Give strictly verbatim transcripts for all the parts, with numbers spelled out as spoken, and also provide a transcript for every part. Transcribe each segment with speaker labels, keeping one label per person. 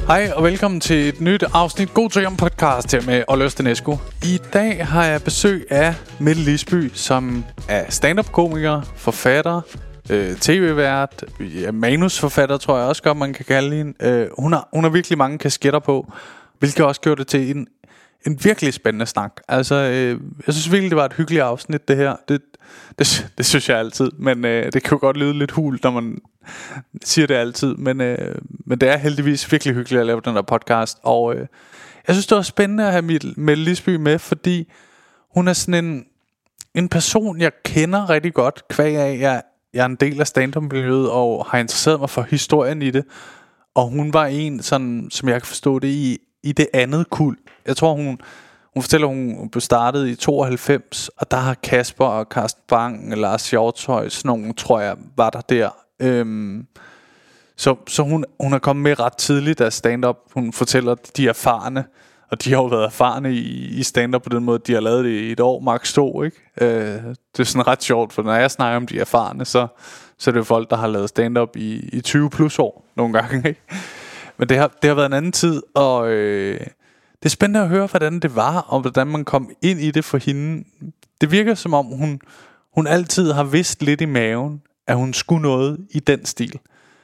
Speaker 1: Hej og velkommen til et nyt afsnit God Tøjom podcast her med Oliver Stenesco. I dag har jeg besøg af Mette Lisby, som er stand-up-komiker, forfatter, øh, tv-vært, ja, manusforfatter tror jeg også godt man kan kalde hende. Øh, hun, har, hun har virkelig mange kasketter på, hvilket også gjorde det til en, en virkelig spændende snak. Altså, øh, jeg synes virkelig det var et hyggeligt afsnit det her. Det, det, det synes jeg altid, men øh, det kan jo godt lyde lidt hult, når man siger det altid, men, øh, men det er heldigvis virkelig hyggeligt at lave den der podcast. Og øh, jeg synes det var spændende at have Mette Lisby med, fordi hun er sådan en, en person jeg kender rigtig godt, kvæg af jeg, jeg er en del af stand-up-miljøet og har interesseret mig for historien i det. Og hun var en sådan, som jeg kan forstå det, i, i det andet kuld. Jeg tror hun Hun fortæller, hun blev startet i tooghalvfems, og der har Kasper og Carsten Bang og Lars Hjortøj, sådan nogen, tror jeg, var der der. Øhm, så så hun, hun er kommet med ret tidligt af stand-up. Hun fortæller, de er erfarne, og de har jo været erfarne i, i stand-up på den måde, de har lavet det i et år, max to, ikke? Øh, det er sådan ret sjovt, for når jeg snakker om de erfarne, så, så er det jo folk, der har lavet stand-up i, i tyve plus år nogle gange, ikke? Men det har, det har været en anden tid, og Øh, det er spændende at høre, hvordan det var, og hvordan man kom ind i det for hende. Det virker som om, hun, hun altid har vidst lidt i maven, at hun skulle noget i den stil.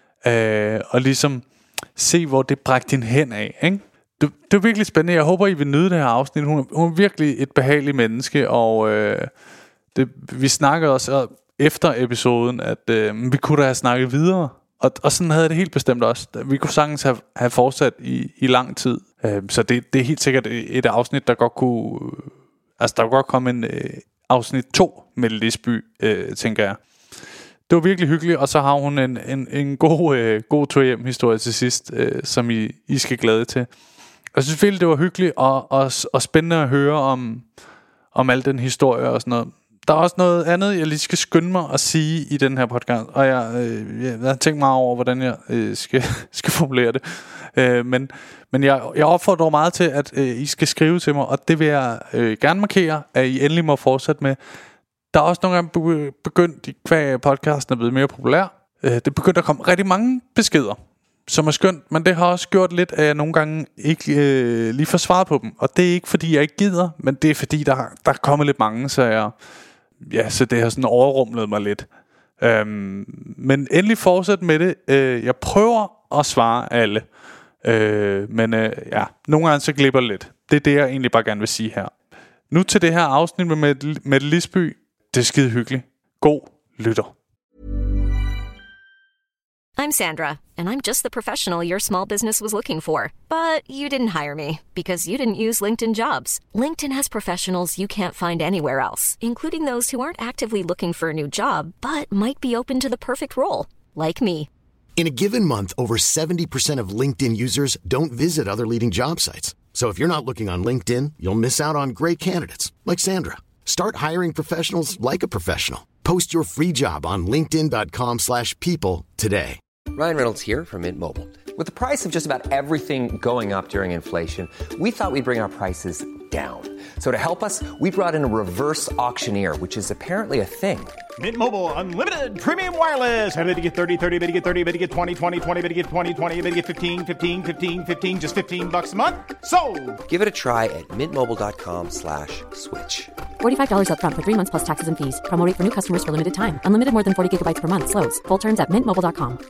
Speaker 1: Øh, og ligesom se, hvor det bragte hende hen af. Ikke? Det, det er virkelig spændende. Jeg håber, I vil nyde det her afsnit. Hun, hun er virkelig et behageligt menneske, og øh, det, vi snakkede også efter episoden, at øh, vi kunne da have snakket videre. Og, og sådan havde det helt bestemt også. Vi kunne sagtens have, have fortsat i, i lang tid. Øh, så det, det er helt sikkert et afsnit, der godt kunne... Altså, der kunne godt komme en øh, afsnit to med Lisby, øh, tænker jeg. Det var virkelig hyggeligt, og så har hun en, en, en god, øh, god tur-hjem-historie til sidst, øh, som I, I skal glæde til. Jeg synes virkelig, det var hyggeligt og, og, og spændende at høre om, om al den historie og sådan noget. Der er også noget andet, jeg lige skal skynde mig at sige i den her podcast, og jeg, øh, jeg har tænkt meget over, hvordan jeg øh, skal, skal formulere det. Øh, men men jeg, jeg opfordrer meget til, at øh, I skal skrive til mig, og det vil jeg øh, gerne markere, at I endelig må fortsætte med. Der er også nogle gange begyndt, hver podcasten er blevet mere populær. Øh, det er begyndt at komme rigtig mange beskeder, som er skønt, men det har også gjort lidt, at jeg nogle gange ikke øh, lige får svaret på dem. Og det er ikke fordi, jeg ikke gider, men det er fordi, der, der er kommet lidt mange, så jeg... Ja, så det har sådan overrumlet mig lidt. øhm, Men endelig fortsæt med det. øh, Jeg prøver at svare alle, øh, men øh, ja, nogle gange så glipper lidt. Det er det, jeg egentlig bare gerne vil sige her. Nu til det her afsnit med Mette Lisby. Det er skide hyggeligt. God lytter.
Speaker 2: I'm Sandra, and I'm just the professional your small business was looking for. But you didn't hire me because you didn't use LinkedIn Jobs. LinkedIn has professionals you can't find anywhere else, including those who aren't actively looking for a new job, but might be open to the perfect role, like me.
Speaker 3: In a given month, over seventy percent of LinkedIn users don't visit other leading job sites. So if you're not looking on LinkedIn, you'll miss out on great candidates like Sandra. Start hiring professionals like a professional. Post your free job on linkedin dot com slash people today.
Speaker 4: Ryan Reynolds here from Mint Mobile. With the price of just about everything going up during inflation, we thought we'd bring our prices down. So to help us, we brought in a reverse auctioneer, which is apparently a thing.
Speaker 5: Mint Mobile Unlimited Premium Wireless. How to get thirty, thirty, how to get thirty, how to get twenty, twenty, twenty, how to get twenty, twenty, how to get fifteen, fifteen, fifteen, fifteen, just fifteen bucks a month? Sold!
Speaker 4: Give it a try at mintmobile.com slash switch.
Speaker 6: forty-five dollars up front for three months plus taxes and fees. Promo rate for new customers for limited time. Unlimited more than forty gigabytes per month. Slows full terms at mint mobile dot com.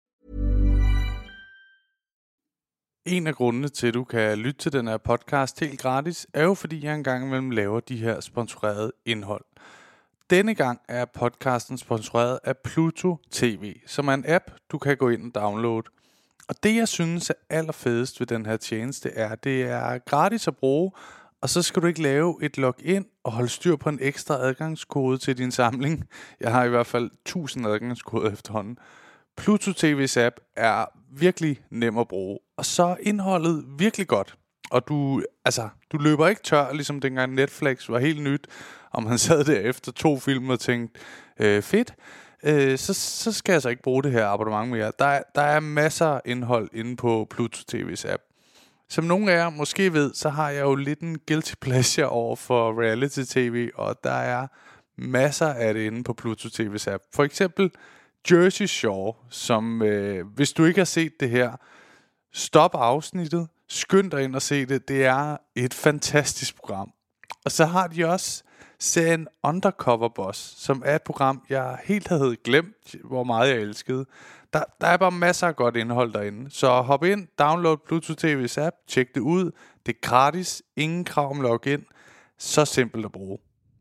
Speaker 1: En af grundene til, at du kan lytte til den her podcast helt gratis, er jo fordi, jeg engang imellem laver de her sponsorerede indhold. Denne gang er podcasten sponsoreret af Pluto T V, som er en app, du kan gå ind og downloade. Og det, jeg synes er allerfedest ved den her tjeneste, er, at det er gratis at bruge, og så skal du ikke lave et login og holde styr på en ekstra adgangskode til din samling. Jeg har i hvert fald tusind adgangskoder efterhånden. Pluto T V's app er virkelig nem at bruge, og så er indholdet virkelig godt. Og du, altså, du løber ikke tør, ligesom dengang Netflix var helt nyt, og man sad der efter to film og tænkte, øh, fedt, øh, så, så skal jeg så ikke bruge det her abonnement mere. Der, der er masser af indhold inde på Pluto T V's app. Som nogle af jer måske ved, så har jeg jo lidt en guilty pleasure over for reality-tv, og der er masser af det inde på Pluto T V's app. For eksempel Jersey Shore, som øh, hvis du ikke har set det her, stop afsnittet, skynd dig ind og se det. Det er et fantastisk program. Og så har de også serien Undercover Boss, som er et program, jeg helt havde glemt, hvor meget jeg elskede. Der, der er bare masser af godt indhold derinde. Så hop ind, download Pluto T V's app, tjek det ud. Det er gratis, ingen krav om login. Så simpelt at bruge.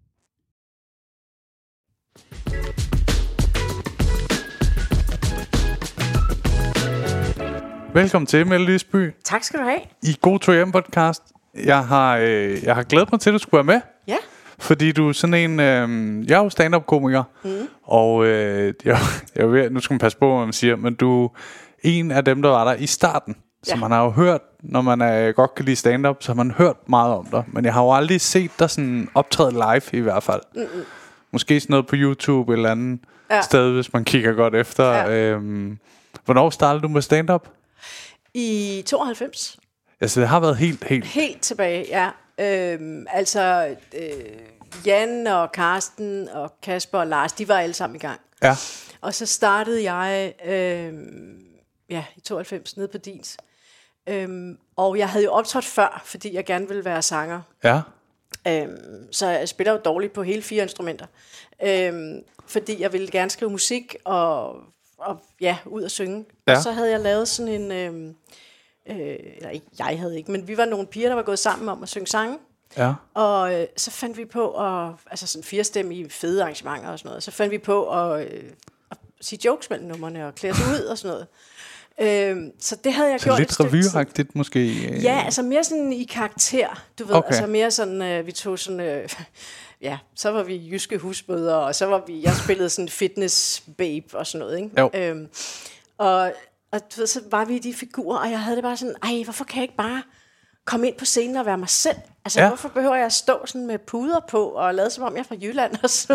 Speaker 1: Velkommen til, Mette Lisby.
Speaker 7: Tak skal du have.
Speaker 1: I God to Hjem podcast. Jeg har, øh, jeg har glædet mig til, at du skulle være med.
Speaker 7: Ja.
Speaker 1: Fordi du er sådan en... Øh, jeg er jo stand-up-komiker. Mm. Og øh, jeg, jeg ved, nu skal man passe på, hvad man siger. Men du er en af dem, der var der i starten. Ja. Så man har jo hørt, når man er, godt kan lide stand-up, så har man hørt meget om dig. Men jeg har jo aldrig set dig sådan optræde live i hvert fald. Mm-mm. Måske sådan noget på YouTube eller andet ja. sted, hvis man kigger godt efter. Ja. Øhm, hvornår startede du med stand-up?
Speaker 7: I tooghalvfems.
Speaker 1: Altså det har været helt, helt...
Speaker 7: Helt tilbage, ja. Øhm, altså, øh, Jan og Karsten og Kasper og Lars, de var alle sammen i gang.
Speaker 1: Ja.
Speaker 7: Og så startede jeg øh, ja, i tooghalvfems nede på Dins. Øhm, og jeg havde jo optrådt før, fordi jeg gerne ville være sanger.
Speaker 1: Ja.
Speaker 7: Øhm, så jeg spiller jo dårligt på hele fire instrumenter. Øhm, fordi jeg ville gerne skrive musik og, og ja, ud og synge. Ja. Og så havde jeg lavet sådan en... Øh, Øh, eller ikke, jeg havde ikke, men vi var nogle piger, der var gået sammen om at synge sange.
Speaker 1: Ja.
Speaker 7: Og øh, så fandt vi på at, altså sådan firestemmige fede arrangementer og sådan noget, så fandt vi på at, øh, at sige jokes mellem numrene og klæde sig ud og sådan noget. Øh, så det havde jeg så gjort
Speaker 1: lidt revyagtigt måske?
Speaker 7: Ja, altså mere sådan i karakter, du ved, okay. Altså mere sådan, øh, vi tog sådan, øh, ja, så var vi jyske husbøder, og så var vi, jeg spillede sådan fitness babe og sådan noget, ikke?
Speaker 1: Jo.
Speaker 7: Øh, og Og du ved, så var vi i de figurer, og jeg havde det bare sådan, ej, hvorfor kan jeg ikke bare komme ind på scenen og være mig selv? Altså, ja. Hvorfor behøver jeg at stå sådan med puder på, og lade som om jeg er fra Jylland og så.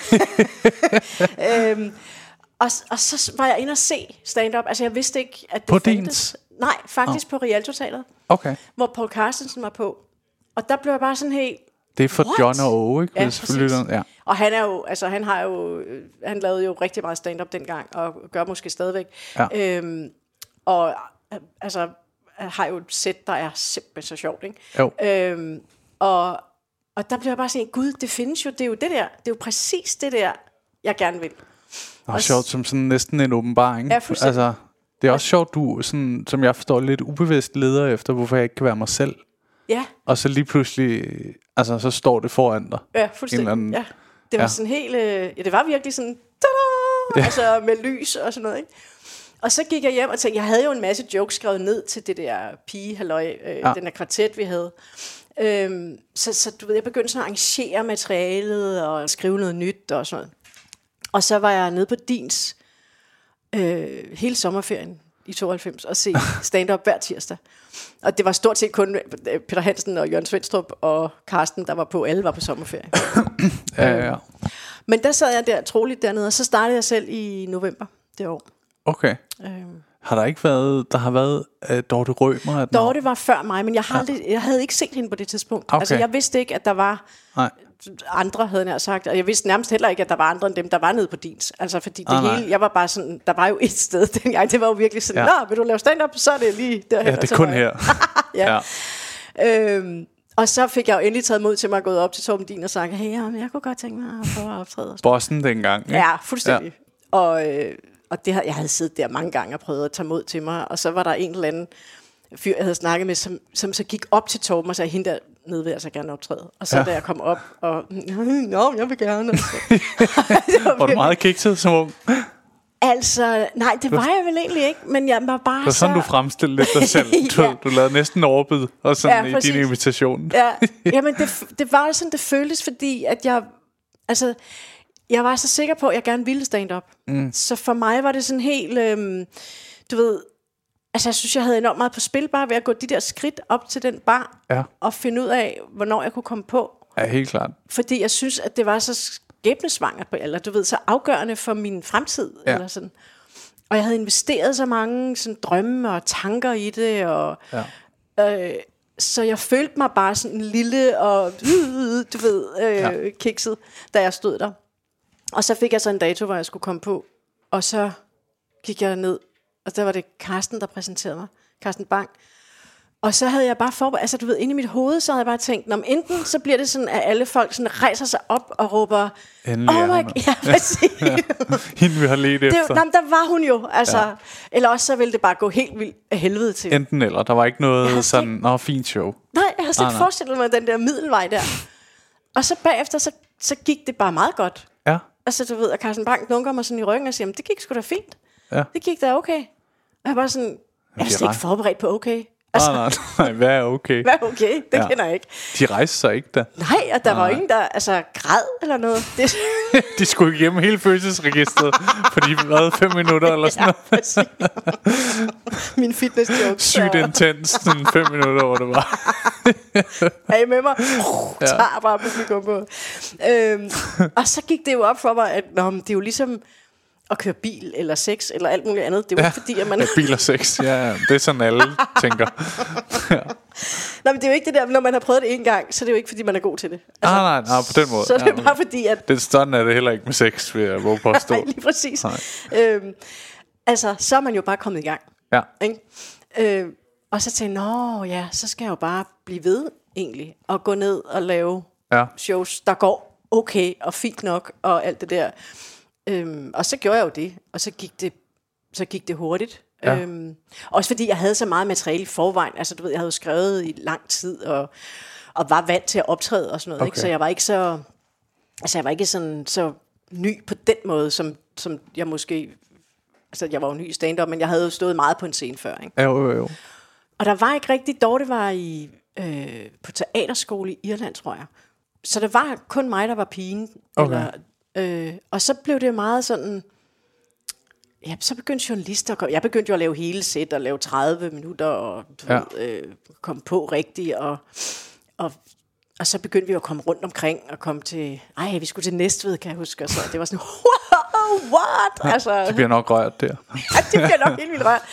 Speaker 7: øhm, og, og så var jeg inde og se stand-up. Altså, jeg vidste ikke, at det
Speaker 1: på
Speaker 7: fandtes. Din? Nej, faktisk oh. på Rialto-teatret.
Speaker 1: Okay.
Speaker 7: Hvor Paul Carstensen var på. Og der blev jeg bare sådan helt...
Speaker 1: Det er for What? John og Åge, ikke?
Speaker 7: Ja,
Speaker 1: ja.
Speaker 7: Og han er jo, altså han har jo, han lavede jo rigtig meget stand-up dengang, og gør måske stadigvæk.
Speaker 1: Ja.
Speaker 7: Øhm, og altså har jo et sæt, der er simpelthen så sjovt, ikke?
Speaker 1: Jo.
Speaker 7: Øhm, og, og der bliver jeg bare sådan, gud, det findes jo, det er jo det der, det er jo præcis det der, jeg gerne vil.
Speaker 1: Og, og sjovt, som sådan næsten en åbenbaring.
Speaker 7: Ja, altså,
Speaker 1: det er også sjovt, du, sådan, som jeg forstår, lidt ubevidst leder efter, hvorfor jeg ikke kan være mig selv.
Speaker 7: Ja.
Speaker 1: Og så lige pludselig, altså så står det foran dig.
Speaker 7: Ja, fuldstændig. Anden, ja. Det var ja. sådan helt, øh, ja, det var virkelig sådan, tada! Ja. Altså med lys og sådan noget, ikke? Og så gik jeg hjem og tænkte, jeg havde jo en masse jokes skrevet ned til det der pige, halløj, øh, ja. den der kvartet, vi havde. Øhm, så, så du ved, jeg begyndte sådan at arrangere materialet og skrive noget nyt og sådan noget. Og så var jeg nede på Dins øh, hele sommerferien i tooghalvfems og se stand-up hver tirsdag. Og det var stort set kun Peter Hansen og Jørgen Svendstrup og Karsten, der var på. Alle var på sommerferie.
Speaker 1: ja, ja, ja.
Speaker 7: Men der sad jeg der troligt dernede, og så startede jeg selv i november det år.
Speaker 1: Okay. Øhm. Har der ikke været, der har været uh, Dorte Rømer?
Speaker 7: Dorte var før mig, men jeg, har aldrig, jeg havde ikke set hende på det tidspunkt.
Speaker 1: Okay.
Speaker 7: Altså jeg vidste ikke, at der var... Nej. Andre, havde jeg sagt, og jeg vidste nærmest heller ikke, at der var andre end dem, der var nede på Dins. Altså fordi det ah, hele, jeg var bare sådan, der var jo et sted dengang, det var jo virkelig sådan, ja. Nå, vil du lave stand-up, så er det lige derhen.
Speaker 1: Ja, det er kun her.
Speaker 7: ja. ja. Øhm, og så fik jeg jo endelig taget mod til mig at gå op til Torben Din og sagt, hey, jeg kunne godt tænke mig at prøve at optræde.
Speaker 1: Bossen dengang, ikke?
Speaker 7: Ja, fuldstændig. Ja. Og, øh, og det, jeg havde siddet der mange gange og prøvet at tage mod til mig, og så var der en eller anden fyr, jeg havde snakket med, som, som så gik op til Torben og sagde, hende der nede vil jeg så gerne optræde. Og så ja. da jeg kom op, og nå, jeg vil gerne.
Speaker 1: var, var du meget kikset som ung?
Speaker 7: Altså, nej, det var jeg vel egentlig ikke, men jeg var bare så...
Speaker 1: Det var sådan, så... du fremstillede lidt dig selv. Du, ja. du lavede næsten overbid, og sådan ja, i din invitation.
Speaker 7: ja, jamen det, det var sådan, det føltes, fordi at jeg... Altså, jeg var så sikker på, at jeg gerne ville stand-up. Mm. Så for mig var det sådan helt... Øhm, du ved... Altså, jeg synes, jeg havde enormt meget på spil, bare ved at gå de der skridt op til den bar, ja. og finde ud af, hvornår jeg kunne komme på.
Speaker 1: Ja, helt klart.
Speaker 7: Fordi jeg synes, at det var så skæbnesvangert på, eller du ved, så afgørende for min fremtid. Ja. Eller sådan. Og jeg havde investeret så mange sådan, drømme og tanker i det, og... Ja. Øh, så jeg følte mig bare sådan en lille og, du ved, øh, ja. kikset, da jeg stod der. Og så fik jeg så en dato, hvor jeg skulle komme på, og så gik jeg ned og der var det Carsten, der præsenterede mig. Carsten Bang. Og så havde jeg bare forberedt, altså du ved, inde i mit hoved, så havde jeg bare tænkt, om enten så bliver det sådan, at alle folk sådan rejser sig op og råber,
Speaker 1: endelig
Speaker 7: oh my god, ja, præcis.
Speaker 1: ja. Hende vi har let
Speaker 7: det,
Speaker 1: efter.
Speaker 7: Nej, der var hun jo, altså, ja. Eller også så ville det bare gå helt vildt af helvede til.
Speaker 1: Enten eller, der var ikke noget sådan, nå, nå, fint show.
Speaker 7: Nej, jeg har slet ikke forestillet mig den der middelvej der. Og så bagefter, så, så gik det bare meget godt.
Speaker 1: Ja.
Speaker 7: Og så du ved, at Carsten Bang dunker mig sådan i ryggen og siger, det gik sgu da fint.
Speaker 1: Ja.
Speaker 7: Det gik da okay. Og jeg var sådan, jeg er slet ikke forberedt på okay. Altså,
Speaker 1: nej, nej, nej, hvad er okay?
Speaker 7: Hvad er okay? Det ja. Kender jeg ikke.
Speaker 1: De rejste sig ikke da.
Speaker 7: Nej, og der nej. Var ingen, der altså, græd eller noget. Det...
Speaker 1: de skulle igennem hele følelsesregistret, for de var fem minutter eller sådan noget.
Speaker 7: Ja, min fitness joke.
Speaker 1: Sygt intens, sådan fem minutter, hvor det var.
Speaker 7: Er I med mig? Uh, ja. Tager bare publikum på. Øhm, og så gik det jo op for mig, at nå, det er jo ligesom at køre bil eller sex eller alt muligt andet. Det er jo
Speaker 1: ja,
Speaker 7: ikke fordi, at man...
Speaker 1: Ja, bil og sex, ja, det er sådan alle tænker. Ja.
Speaker 7: Nå, men det er jo ikke det der, når man har prøvet det en gang, så er det jo ikke fordi, man er god til det.
Speaker 1: Altså, nej, nej, nej, på den måde.
Speaker 7: Så er det ja, bare fordi, at...
Speaker 1: Det sådan er det heller ikke med sex, vil jeg våge påstå.
Speaker 7: Nej, lige præcis. Øhm, altså, så er man jo bare kommet i gang.
Speaker 1: Ja.
Speaker 7: Ikke? Øh, og så tænkte jeg, nå ja, så skal jeg jo bare blive ved, egentlig, og gå ned og lave ja. shows, der går okay og fint nok, og alt det der. Øhm, og så gjorde jeg jo det, og så gik det, så gik det hurtigt. Ja. Øhm, også fordi jeg havde så meget materiale i forvejen. Altså du ved, jeg havde jo skrevet i lang tid og, og var vant til at optræde og sådan noget, okay. Ikke? Så jeg var ikke så, altså jeg var ikke sådan så ny på den måde, som som jeg måske, altså jeg var jo ny i stand-up, men jeg havde jo stået meget på en scene før, ikke?
Speaker 1: Jo jo jo.
Speaker 7: Og der var ikke rigtig, Dorte var i øh, på teaterskole i Irland, tror jeg. Så det var kun mig, der var pigen. Okay. Eller, øh, og så blev det meget sådan. Ja, så begyndte journalister at komme. Jeg begyndte jo at lave hele sæt og lave tredive minutter og du ja. ved, øh, komme på rigtigt og, og og så begyndte vi at komme rundt omkring og komme til. Ej, vi skulle til Næstved, kan jeg huske. Og så det var sådan, wow, what?
Speaker 1: Ja,
Speaker 7: altså,
Speaker 1: det bliver nok rørt der.
Speaker 7: Ja, det bliver nok helt vildt rørt.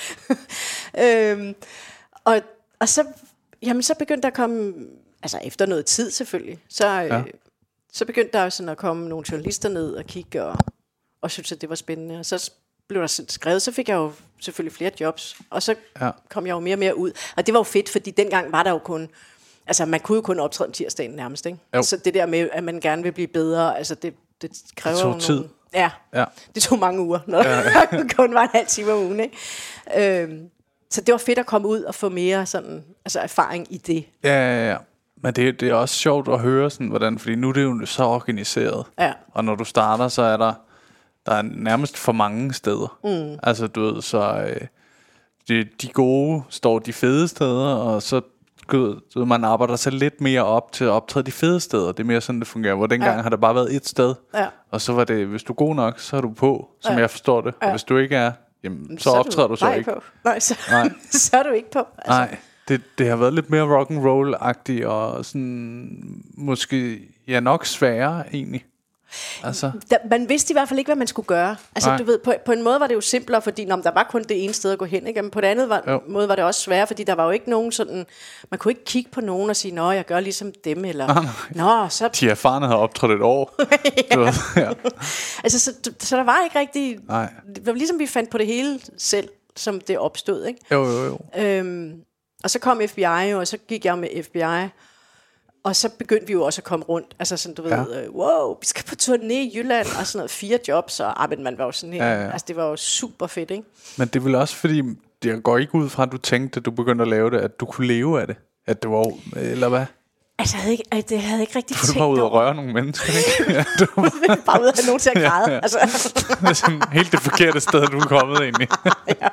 Speaker 7: øhm, og og så, jamen så begyndte der at komme, altså efter noget tid selvfølgelig, så ja. øh, så begyndte der sådan at komme nogle journalister ned og kigge og og synes at det var spændende. Og så blev der skrevet, så fik jeg jo selvfølgelig flere jobs, og så ja. kom jeg jo mere og mere ud. Og det var jo fedt, fordi dengang var der jo kun, altså man kunne jo kun optræde om tirsdagen nærmest, ikke? Jo. Så det der med, at man gerne vil blive bedre, altså det, det kræver
Speaker 1: det tog
Speaker 7: jo
Speaker 1: tid.
Speaker 7: Nogle, ja, ja, det tog mange uger, når
Speaker 1: ja, ja.
Speaker 7: der kun var en halv time om ugen, ikke? Øhm, så det var fedt at komme ud og få mere sådan, altså erfaring i det.
Speaker 1: Ja, ja, ja. Men det, det er også sjovt at høre sådan, hvordan, fordi nu er det jo så organiseret.
Speaker 7: Ja.
Speaker 1: Og når du starter, så er der der er nærmest for mange steder. Mm. Altså du ved, så øh, de, de gode står de fede steder, og så du, man arbejder sig lidt mere op til at optræde de fede steder. Det er mere sådan det fungerer. Hvor dengang ja. har der bare været et sted, ja. og så var det, hvis du er god nok, så er du på, som ja. jeg forstår det. Ja. Og hvis du ikke er, jamen, så, så optræder du, du så ikke.
Speaker 7: På. Nej, så, nej. så er du ikke på. Altså.
Speaker 1: Nej. Det, det har været lidt mere rock and roll-agtigt og sådan måske ja nok sværere egentlig. Altså.
Speaker 7: Da, man vidste i hvert fald ikke, hvad man skulle gøre. Altså Nej. du ved, på, på en måde var det jo simplere, fordi nå, der var kun det ene sted at gå hen, ikke? Men på den anden var, måde var det også sværere, fordi der var jo ikke nogen sådan, man kunne ikke kigge på nogen og sige, nå, jeg gør ligesom dem, eller
Speaker 1: nej,
Speaker 7: nå, så...
Speaker 1: De erfarne havde optrådt et år.
Speaker 7: ja. Ved, ja. Altså, så, så der var ikke rigtig... Nej. Det var ligesom, vi fandt på det hele selv, som det opstod, ikke?
Speaker 1: Jo, jo, jo.
Speaker 7: Øhm, og så kom F B I jo, og så gik jeg med F B I. Og så begyndte vi jo også at komme rundt. Altså sådan, du ved, ja. øh, wow, vi skal på turné i Jylland, og sådan noget, fire jobs, og ah, men man var jo sådan her. Ja, ja. Altså det var jo super fedt, ikke?
Speaker 1: Men det er vel også fordi, det går ikke ud fra, at du tænkte, at du begyndte at lave det, at du kunne leve af det. At det var, eller hvad?
Speaker 7: Altså, jeg havde ikke, det havde jeg ikke rigtig
Speaker 1: tænkt. Du var ude og røre nogle mennesker, ikke? Ja, du
Speaker 7: var bare ude at have nogen til at græde. Ja, ja. Altså.
Speaker 1: Det er sådan helt det forkerte sted, du er kommet egentlig.
Speaker 7: Ja,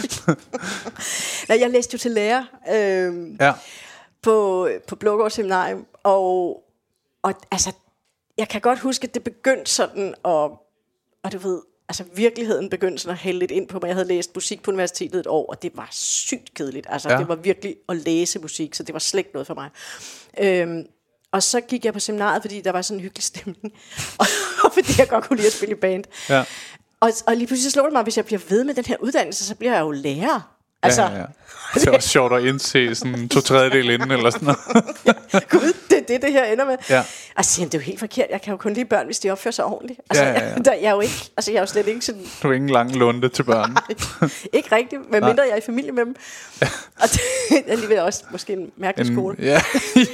Speaker 7: nej, jeg læste jo til lærer. Øh, ja. På, på Blågård Seminarium, og, og altså, jeg kan godt huske, at det begyndte sådan, og, og du ved, altså virkeligheden begyndte sådan at hælde lidt ind på mig. Jeg havde læst musik på universitetet et år, og det var sygt kedeligt. Altså, ja. Det var virkelig at læse musik, så det var slet ikke noget for mig. Øhm, og så gik jeg på seminariet, fordi der var sådan en hyggelig stemning, og, og fordi jeg godt kunne lide at spille i band. Ja. Og, og lige pludselig slog det mig, at hvis jeg bliver ved med den her uddannelse, så bliver jeg jo lærer. Altså,
Speaker 1: ja, ja. Det er også sjovt at indse sådan to tredjedel inden eller sådan noget.
Speaker 7: Ja, Gud, det er det, det her ender med.
Speaker 1: Ja.
Speaker 7: Og så siger han, det er jo helt forkert. Jeg kan jo kun lide børn, hvis de opfører sig ordentligt. Altså,
Speaker 1: Ja, ja, ja.
Speaker 7: Jeg, der, jeg er jo ikke, altså, jeg er jo slet ikke sådan...
Speaker 1: Du er ikke en lang lunde til børn.
Speaker 7: Nej, ikke rigtigt, medmindre jeg er i familie med dem. Ja. Og det er alligevel også måske en mærkelig
Speaker 1: En,
Speaker 7: skole.
Speaker 1: ja.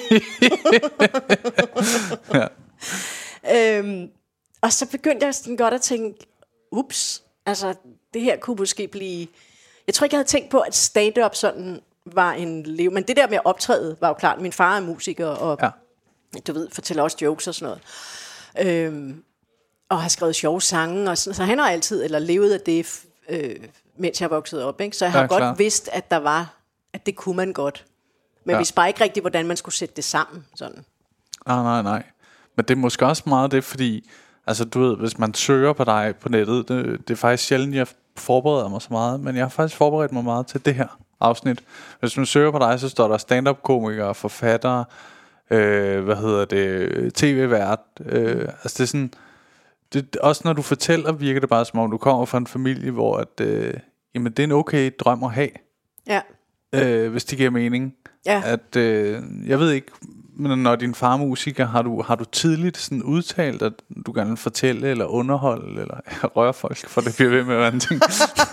Speaker 1: ja.
Speaker 7: Øhm, og så begyndte jeg sådan godt at tænke, ups, altså det her kunne måske blive... Jeg tror ikke, jeg havde tænkt på, at stand-up sådan var en liv. Men det der med at optræde var jo klart. Min far er musiker, og
Speaker 1: Ja.
Speaker 7: du ved, fortæller også jokes og sådan noget. Øhm, og har skrevet sjove sange, og sådan, så han har altid, eller levet af det, øh, mens jeg voksede op. Ikke? Så jeg har
Speaker 1: Ja,
Speaker 7: godt
Speaker 1: klar.
Speaker 7: vidst, at der var, at det kunne man godt. Men
Speaker 1: Ja.
Speaker 7: ja. vidste bare ikke rigtigt, hvordan man skulle sætte det sammen. Sådan.
Speaker 1: Nej, nej, nej. Men det er måske også meget det, fordi, altså du ved, hvis man søger på dig på nettet, det, det er faktisk sjældent, jeg forbereder mig så meget, men jeg har faktisk forberedt mig meget til det her afsnit. Hvis man søger på dig, så står der stand-up-komikere, forfattere, øh, hvad hedder det, tv-vært. Øh, altså det er sådan, det, også når du fortæller, virker det bare som om, du kommer fra en familie, hvor at, øh, jamen, det er en okay drøm at have,
Speaker 7: Ja.
Speaker 1: øh, hvis det giver mening.
Speaker 7: Ja.
Speaker 1: At, øh, jeg ved ikke, men når din far er musiker, har du, har du tidligt sådan udtalt, at du gerne vil fortælle, eller underholde, eller røre folk, for det bliver ved med at være en ting?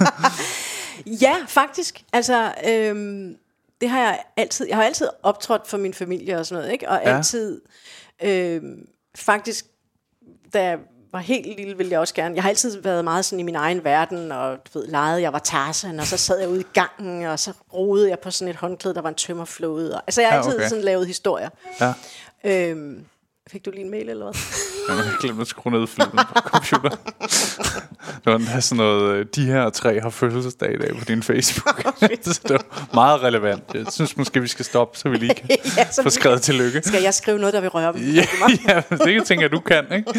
Speaker 7: Ja, faktisk. Altså, øhm, det har jeg altid. Jeg har altid optrådt for min familie og sådan noget, ikke? Og
Speaker 1: Ja.
Speaker 7: altid, øhm, faktisk, da jeg var helt lille, ville jeg også gerne. Jeg har altid været meget sådan i min egen verden, og du ved, legede, jeg var Tarzan, og så sad jeg ude i gangen, og så rodede jeg på sådan et håndklæde, der var en tømmerflåde. Og, altså, jeg har
Speaker 1: Ja,
Speaker 7: altid
Speaker 1: okay.
Speaker 7: sådan lavet historier.
Speaker 1: Ja.
Speaker 7: Øhm, fik du lige en mail, eller hvad?
Speaker 1: Jeg har glemt at skrue ned filmen på computer. Det var endda sådan noget, øh, de her tre har fødselsdag i dag på din Facebook. Så det var meget relevant. Jeg synes måske, vi skal stoppe, så vi lige kan
Speaker 7: Ja, så
Speaker 1: få skrevet tillykke.
Speaker 7: Skal jeg skrive noget, der vil røre dem?
Speaker 1: Ja, ja, det tænker jeg, du kan, ikke?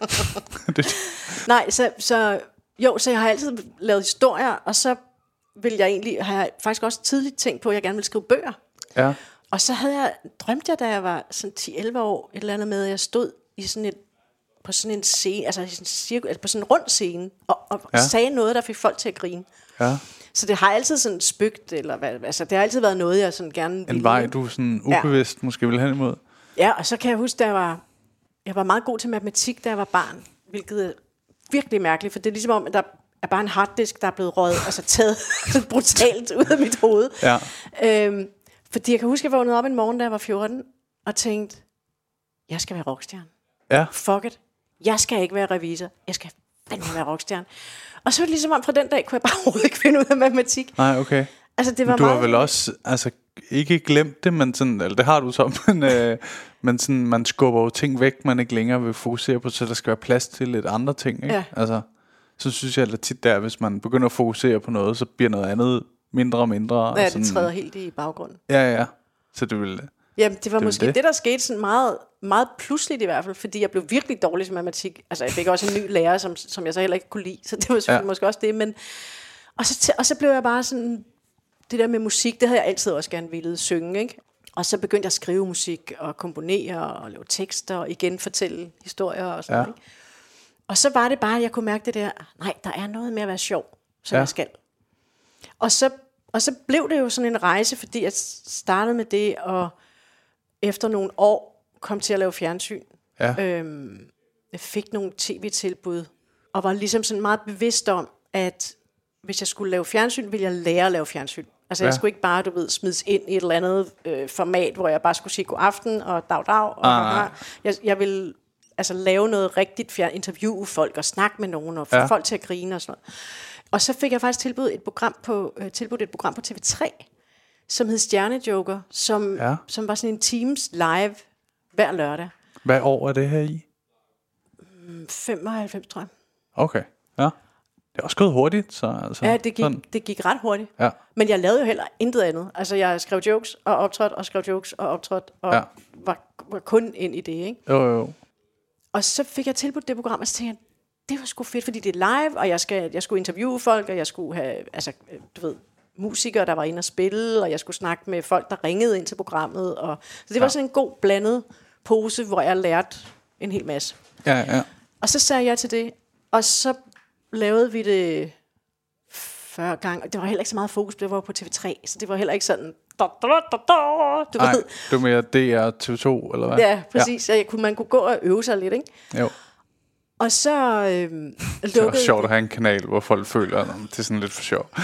Speaker 1: det,
Speaker 7: Nej, så, så jo, så jeg har altid lavet historier, og så vil jeg egentlig, har jeg faktisk også tidligt tænkt på, at jeg gerne vil skrive bøger.
Speaker 1: ja,
Speaker 7: Og så havde jeg, drømte jeg, da jeg var sådan ti elleve år, et eller andet med, at jeg stod i sådan et, på sådan en scene, altså, i sådan en cirkel, altså på sådan en rund scene, og, og
Speaker 1: Ja.
Speaker 7: ja. sagde noget, der fik folk til at grine.
Speaker 1: ja.
Speaker 7: Så det har altid sådan spøgt, eller hvad, altså det har altid været noget, jeg sådan gerne ville.
Speaker 1: En vej, du sådan ubevidst ja. måske vil hen imod.
Speaker 7: Ja, og så kan jeg huske, da jeg var, jeg var meget god til matematik, da jeg var barn, hvilket er virkelig mærkeligt, for det er ligesom om, at der er bare en harddisk, der er blevet røget, altså taget brutalt ud af mit hoved.
Speaker 1: Ja.
Speaker 7: Øhm, fordi jeg kan huske, at jeg vågnede op en morgen, da jeg var fjorten, og tænkte, jeg skal være rockstjerne.
Speaker 1: Ja.
Speaker 7: Fuck it. Jeg skal ikke være revisor. Jeg skal fandme være rockstjerne. Og så var det ligesom om, fra den dag kunne jeg bare overhovedet ikke finde ud af matematik.
Speaker 1: Nej, okay.
Speaker 7: Altså, det var
Speaker 1: Men du
Speaker 7: meget...
Speaker 1: har vel også, altså ikke glemt det, men sådan, eller det har du så, men, øh, men sådan, man skubber jo ting væk, man ikke længere vil fokusere på, så der skal være plads til lidt andre ting, ikke?
Speaker 7: Ja.
Speaker 1: Altså, så synes jeg at tit der, hvis man begynder at fokusere på noget, så bliver noget andet mindre og mindre. Og
Speaker 7: Ja,
Speaker 1: sådan,
Speaker 7: det træder helt i baggrunden.
Speaker 1: Ja, ja. Så det vil...
Speaker 7: Jamen, det var
Speaker 1: Det er
Speaker 7: måske
Speaker 1: det.
Speaker 7: det. det, der skete sådan meget, meget pludseligt i hvert fald, fordi jeg blev virkelig dårlig til matematik. Altså, jeg fik også en ny lærer, som, som jeg så heller ikke kunne lide, så det var selvfølgelig
Speaker 1: Ja.
Speaker 7: ja. måske også det. Men, og, så, t- og så blev jeg bare sådan, det der med musik, det havde jeg altid også gerne ville synge, ikke? Og så begyndte jeg at skrive musik og komponere og lave tekster og igen fortælle historier og sådan
Speaker 1: Ja.
Speaker 7: noget, ikke? Og så var det bare, at jeg kunne mærke det der, nej, der er noget med at være sjov, som
Speaker 1: Ja.
Speaker 7: ja. jeg skal. Og så, og så blev det jo sådan en rejse, fordi jeg startede med det, og efter nogle år kom til at lave fjernsyn.
Speaker 1: Ja.
Speaker 7: Øhm, jeg fik nogle tv-tilbud, og var ligesom sådan meget bevidst om, at hvis jeg skulle lave fjernsyn, ville jeg lære at lave fjernsyn. Altså, ja. jeg skulle ikke bare, du ved, smides ind i et eller andet øh, format, hvor jeg bare skulle sige god aften og dag dag. Og
Speaker 1: Ah.
Speaker 7: jeg, jeg ville altså lave noget rigtigt fjern, interviewe folk og snakke med nogen og få
Speaker 1: Ja.
Speaker 7: ja. folk til at grine og sådan noget. Og så fik jeg faktisk tilbudt et program på, øh, tilbudt et program på T V tre, som hed Stjernejoker, som,
Speaker 1: Ja.
Speaker 7: som var sådan en Teams live hver lørdag.
Speaker 1: Hvad år er det her i?
Speaker 7: femoghalvfems, tror jeg.
Speaker 1: Okay, ja. Det er også gået hurtigt, så altså...
Speaker 7: Ja, det
Speaker 1: sådan.
Speaker 7: gik, det gik ret hurtigt.
Speaker 1: Ja.
Speaker 7: Men jeg lavede jo heller intet andet. Altså, jeg skrev jokes og optrådte og skrev jokes og optrådte og
Speaker 1: Ja.
Speaker 7: ja. var, var kun ind i det, ikke?
Speaker 1: Jo, jo.
Speaker 7: Og så fik jeg tilbudt det program, og så tænkte jeg, det var sgu fedt, fordi det er live, og jeg, skal, jeg skulle interviewe folk, og jeg skulle have, altså, du ved, musikere, der var inde og spille, og jeg skulle snakke med folk, der ringede ind til programmet. Og, så det var
Speaker 1: Ja.
Speaker 7: sådan en god blandet pose, hvor jeg lærte en hel masse.
Speaker 1: Ja, ja.
Speaker 7: Og så sagde jeg til det, og så lavede vi det fyrre gange. Og det var heller ikke så meget fokus, det var på T V tre, så det var heller ikke sådan... Da, da, da, da, du
Speaker 1: Nej,
Speaker 7: ved.
Speaker 1: du mere D R T V to, eller hvad?
Speaker 7: Ja, præcis. Ja. Kunne, man kunne gå og øve sig lidt, ikke?
Speaker 1: Jo.
Speaker 7: Og så øhm,
Speaker 1: det er også sjovt at have en kanal, hvor folk føler, at det er sådan lidt for sjov.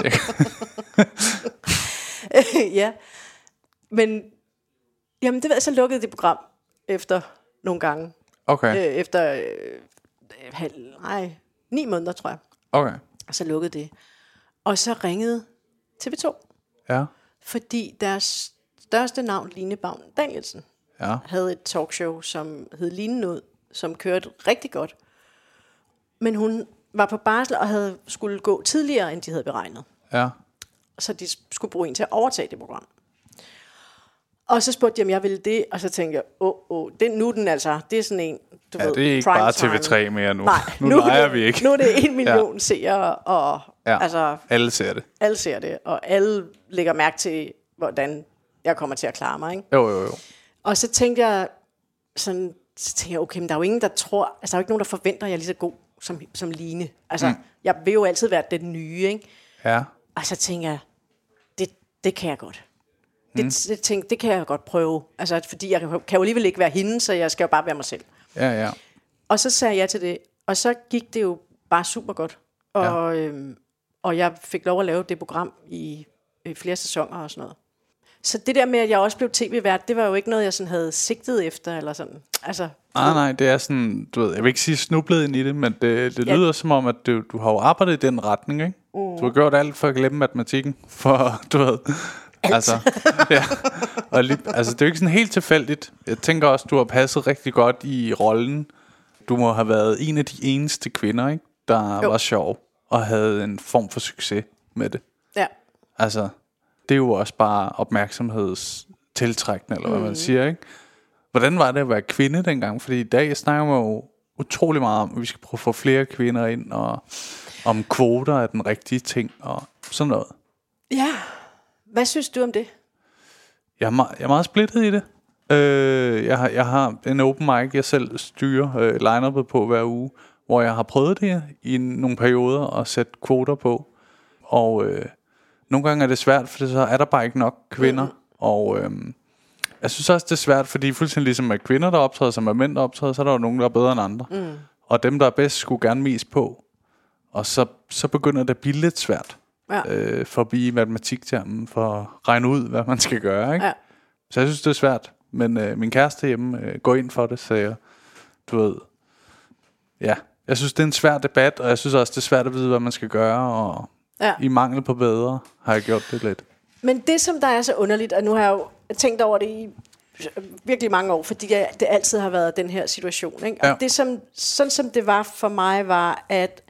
Speaker 7: Ja. Men, jamen det ved jeg, så lukkede det program efter nogle gange.
Speaker 1: Okay.
Speaker 7: Øh, efter, øh, halv, nej, ni måneder, tror jeg.
Speaker 1: Okay.
Speaker 7: Og så lukkede det. Og så ringede T V to.
Speaker 1: Ja.
Speaker 7: Fordi deres største navn, Line Baun Danielsen,
Speaker 1: ja.
Speaker 7: havde et talkshow, som hed Line Noget, som kørte rigtig godt. Men hun var på barsel og havde skulle gå tidligere, end de havde beregnet.
Speaker 1: Ja.
Speaker 7: Så de skulle bruge en til at overtage det program. Og så spurgte de, om jeg ville det, og så tænkte jeg, åh, åh, det, nu er den altså, det er sådan en, du
Speaker 1: ja,
Speaker 7: ved,
Speaker 1: det er ikke bare T V tre mere nu.
Speaker 7: Nej,
Speaker 1: nu,
Speaker 7: nu
Speaker 1: leger
Speaker 7: det,
Speaker 1: vi ikke.
Speaker 7: Nu er det en million ja. seere, og
Speaker 1: ja.
Speaker 7: altså...
Speaker 1: alle ser det.
Speaker 7: Alle ser det, og alle lægger mærke til, hvordan jeg kommer til at klare mig, ikke?
Speaker 1: Jo, jo, jo.
Speaker 7: Og så tænkte jeg, sådan, så tænkte jeg, okay, men der er jo ingen, der tror, altså der er jo ikke nogen, der forventer, at jeg er lige så god som, som Line. Altså, mm. jeg vil jo altid være den nye, ikke?
Speaker 1: Ja.
Speaker 7: Og så tænkte jeg, det, det kan jeg godt. Det, mm. det, tænkte, det kan jeg godt prøve. Altså, fordi jeg kan jo alligevel ikke være hende, så jeg skal jo bare være mig selv.
Speaker 1: Ja, ja.
Speaker 7: Og så sagde jeg til det, og så gik det jo bare super godt. Og, ja. øhm, og jeg fik lov at lave det program i, i flere sæsoner og sådan noget. Så det der med, at jeg også blev tv-vært, det var jo ikke noget, jeg sådan havde sigtet efter, eller sådan. Altså,
Speaker 1: nej, nej, det er sådan, du ved, jeg vil ikke sige snublet ind i det, men det, det lyder ja. som om, at du, du har jo arbejdet i den retning, ikke? Mm. Du har gjort alt for at glemme matematikken, for, du ved... Altså, ja. Og lige, altså, det er jo ikke sådan helt tilfældigt. Jeg tænker også, du har passet rigtig godt i rollen. Du må have været en af de eneste kvinder, ikke, der jo. var sjov og havde en form for succes med det.
Speaker 7: Ja.
Speaker 1: Altså, det er jo også bare opmærksomhedstiltrækkende, eller hvad mm. man siger, ikke? Hvordan var det at være kvinde dengang? Fordi i dag snakker man jo utrolig meget om, at vi skal prøve at få flere kvinder ind, og om kvoter er den rigtige ting, og sådan noget.
Speaker 7: Ja. Hvad synes du om det?
Speaker 1: Jeg er, meget, jeg er meget splittet i det. Øh, jeg, har, jeg har en open mic, jeg selv styrer øh, line-up'et på hver uge, hvor jeg har prøvet det i nogle perioder at sætte kvoter på. Og øh, nogle gange er det svært, for så er der bare ikke nok kvinder. Mm. Og øh, jeg synes også, det er svært, fordi fuldstændig ligesom at kvinder, der optræder, som er mænd, der optræder, så er der jo nogen, der er bedre end andre. Mm. Og dem, der er bedst, skulle gerne mest på. Og så, så begynder det at blive lidt svært. Ja. Øh, forbi matematiktermen, for at regne ud, hvad man skal gøre, ikke? Ja. Så jeg synes, det er svært. Men øh, min kæreste hjemme øh, går ind for det, så jeg, du ved, ja, jeg synes, det er en svær debat, og jeg synes også, det er svært at vide, hvad man skal gøre, og ja. i mangel på bedre, har jeg gjort det lidt.
Speaker 7: Men det, som der er så underligt, og nu har jeg jo tænkt over det i virkelig mange år, fordi jeg, det altid har været den her situation, ikke? Og ja. det, som, sådan som det var for mig, var, at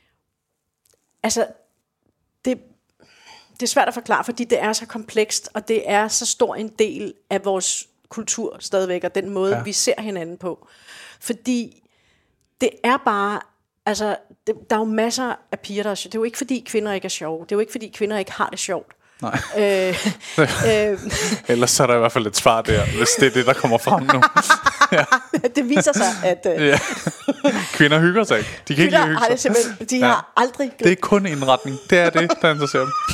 Speaker 7: altså, Det, det er svært at forklare, fordi det er så komplekst, og det er så stor en del af vores kultur stadigvæk, og den måde, ja. vi ser hinanden på. Fordi det er bare, altså, det, der er jo masser af piger, der er sjove. Det er jo ikke, fordi kvinder ikke er sjove. Det er jo ikke, fordi kvinder ikke har det sjovt.
Speaker 1: Nej. Øh, øh, Ellers er der i hvert fald et svar der, hvis det er det, der kommer frem nu.
Speaker 7: Ja. Det viser sig, at øh,
Speaker 1: ja. Kvinder hygger sig ikke. De kan ikke lide hygge
Speaker 7: har det simpelthen. De ja. har aldrig gjort.
Speaker 1: Det er kun indretning. Det er det, der interesserer dem.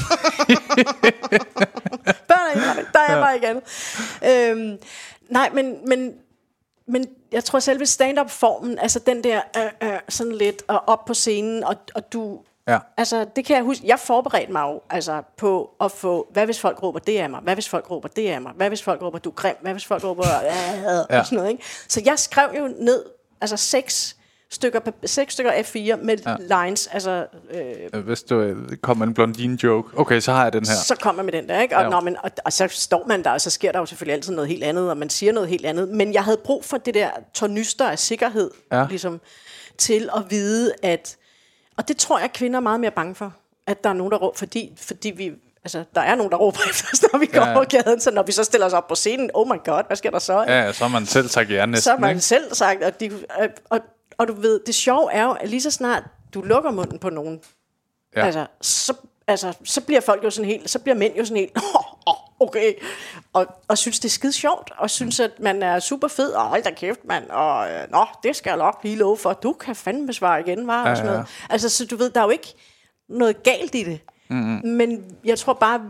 Speaker 7: Børn er indretning. Der er ja. bare ikke andet. Øhm, nej, men, men, men jeg tror selve stand-up-formen, altså den der øh, øh, sådan lidt, og op på scenen, og, og du... Ja. Altså, det kan jeg huske. Jeg forberedte mig jo altså, på at få, hvad hvis folk råber det af mig? Hvad hvis folk råber det af mig? Hvad hvis folk råber, du er grim? Hvad hvis folk råber, øh, ja. og sådan noget, ikke? Så jeg skrev jo ned, altså seks stykker, seks stykker A fire med ja. lines, altså... Øh,
Speaker 1: hvis du kommer en blondine joke, okay, så har jeg den her.
Speaker 7: Så kommer med den der, ikke? Og, ja. nå, men, og, og så står man der, og så sker der jo selvfølgelig altid noget helt andet, og man siger noget helt andet. Men jeg havde brug for det der tornyster af sikkerhed, ja. ligesom, til at vide, at... Og det tror jeg, kvinder er meget mere bange for, at der er nogen, der råber, fordi, fordi vi, altså, der er nogen, der råber efter os, når vi går ja. over gaden, så når vi så stiller os op på scenen, oh my god, hvad sker der så?
Speaker 1: Ja, så har man selv sagt ja næsten.
Speaker 7: Så har man
Speaker 1: ikke?
Speaker 7: selv sagt, og, de, og, og, og du ved, det sjove er jo, at lige så snart du lukker munden på nogen, ja. altså, så, altså, så bliver folk jo sådan helt, så bliver mænd jo sådan helt, oh, oh, okay, og, og synes, det er skide sjovt, og synes, at man er super fed, og hold da kæft, mand, og nå, det skal jeg nok lige love for, du kan fandme svare igen, var, og sådan noget. Altså, så du ved, der er jo ikke, noget galt i det. Mm-hmm. Men jeg tror bare,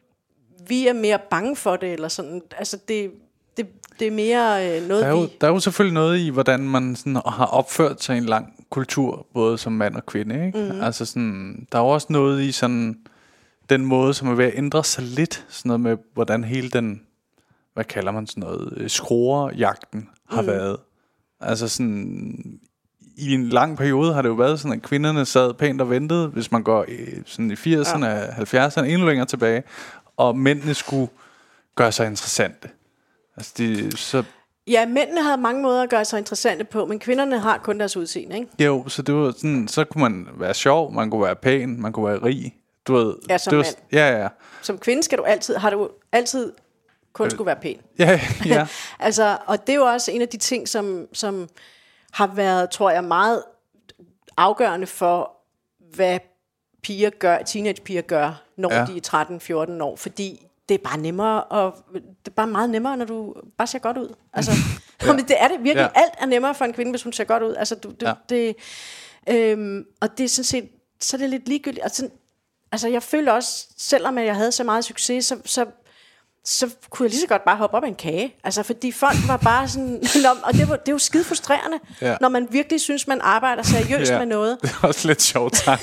Speaker 7: vi er mere bange for det, eller sådan. Altså, det, det, det er mere øh, noget,
Speaker 1: der er, jo,
Speaker 7: vi...
Speaker 1: der er jo selvfølgelig noget i, hvordan man sådan har opført sig i en lang kultur, både som mand og kvinde, ikke? Mm-hmm. Altså sådan, der er jo også noget i sådan, den måde, som er ved at ændre sig lidt, sådan noget med, hvordan hele den, hvad kalder man sådan noget, skruerjagten har mm. været. Altså sådan, i en lang periode har det jo været sådan, at kvinderne sad pænt og ventede, hvis man går i, sådan i firserne, ja. halvfjerdserne, endnu længere tilbage, og mændene skulle gøre sig interessante. Altså de, så...
Speaker 7: Ja, mændene havde mange måder at gøre sig interessante på, men kvinderne har kun deres udseende, ikke?
Speaker 1: Jo, så det var sådan, så kunne man være sjov, man kunne være pæn, man kunne være rig. Du ved,
Speaker 7: ja, som
Speaker 1: det var,
Speaker 7: mand.
Speaker 1: Ja, ja.
Speaker 7: Som kvinde skal du altid, har du altid kun øh, skulle være pæn.
Speaker 1: Ja, ja.
Speaker 7: Altså, og det er jo også en af de ting, som, som har været, tror jeg, meget afgørende for, hvad piger gør, teenagepiger gør, når ja. de er tretten fjorten år, fordi det er bare nemmere, og det er bare meget nemmere, når du bare ser godt ud. Altså, ja. det er det virkelig. Ja. Alt er nemmere for en kvinde, hvis hun ser godt ud. Altså, du, du, ja. det, øhm, og det er sådan set, så er det lidt ligegyldigt. Altså, altså, jeg føler også, selvom jeg havde så meget succes, så, så, så kunne jeg lige så godt bare hoppe op af en kage. Altså, fordi folk var bare sådan, og det, var, det er jo skide frustrerende, ja. når man virkelig synes, man arbejder seriøst ja. med noget.
Speaker 1: Det er også lidt sjovt sagt.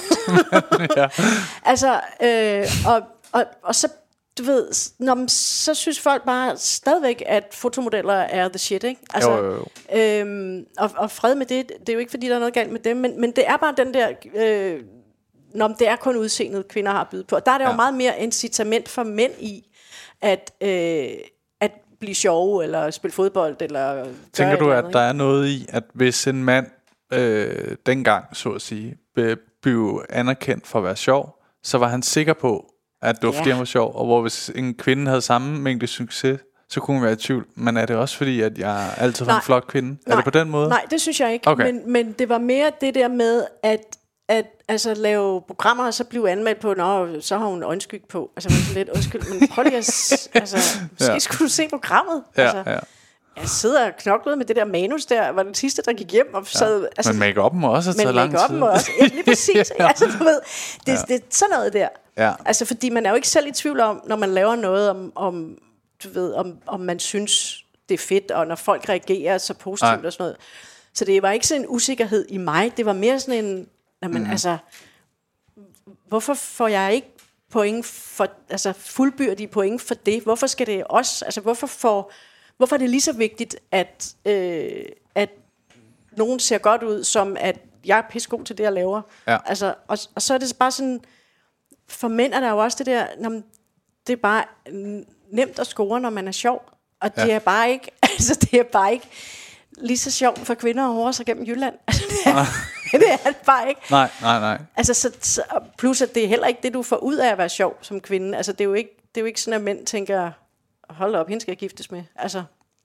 Speaker 1: ja.
Speaker 7: Altså, øh, og, og, og så du ved, når, så synes folk bare stadigvæk, at fotomodeller er the shit, ikke? Altså, jo, jo, jo. Øhm, og, og fred med det, det er jo ikke fordi, der er noget galt med dem, men, men det er bare den der, øh, når det er kun udseendet, kvinder har bydet på. Og der er det ja. jo meget mere incitament for mænd i, at, øh, at blive sjove, eller spille fodbold, eller...
Speaker 1: Tænker du,
Speaker 7: eller
Speaker 1: at
Speaker 7: andet,
Speaker 1: der er noget i, at hvis en mand øh, dengang, så at sige, blev anerkendt for at være sjov, så var han sikker på, at det var fordi, han var sjov, og hvor hvis en kvinde havde samme mængde succes, så kunne man være i tvivl. Men er det også fordi, at jeg altid var en flot kvinde?
Speaker 7: Nej,
Speaker 1: er det på den måde?
Speaker 7: Nej, det synes jeg ikke.
Speaker 1: Okay.
Speaker 7: Men, men det var mere det der med, at, at altså, lave programmer, og så blive anmeldt på, nå, så har hun øjenskyg på. Altså, man er lidt undskyld, men prøv lige at... altså, måske ja. skulle du se programmet.
Speaker 1: Ja,
Speaker 7: altså,
Speaker 1: ja.
Speaker 7: Jeg sidder og knokler med det der manus der, var den sidste, der gik hjem og sad...
Speaker 1: Ja.
Speaker 7: Altså,
Speaker 1: men make-up'en må også have taget lang tid.
Speaker 7: Men make-up'en må også... Ja, lige præcis. ja. Altså, du ved, det,
Speaker 1: ja.
Speaker 7: det er sådan noget der.
Speaker 1: Ja.
Speaker 7: Altså, fordi man er jo ikke selv i tvivl om, når man laver noget, om, om du ved, om, om man synes, det er fedt, og når folk reagerer så positivt Ej. og sådan noget. Så det var ikke sådan en usikkerhed i mig, det var mere sådan en, jamen, mm. altså, hvorfor får jeg ikke point for, altså fuldbyrdige point for det? Hvorfor skal det også, altså hvorfor får, hvorfor er det lige så vigtigt, at, øh, at nogen ser godt ud, som at jeg er pissegod til det, jeg laver?
Speaker 1: Ja.
Speaker 7: Altså, og, og så er det bare sådan, for mænd er der jo også det der, når man, det er bare nemt at score, når man er sjov. Og det ja. er bare ikke, altså det er bare ikke lige så sjovt for kvinder at hårde sig gennem Jylland. Altså, det, er, det er det bare ikke.
Speaker 1: Nej, nej, nej.
Speaker 7: Altså, så, så, plus at det er heller ikke det, du får ud af at være sjov som kvinde. Altså, det er jo ikke, det er jo ikke sådan, at mænd tænker, hold op, hende skal jeg giftes med. Altså.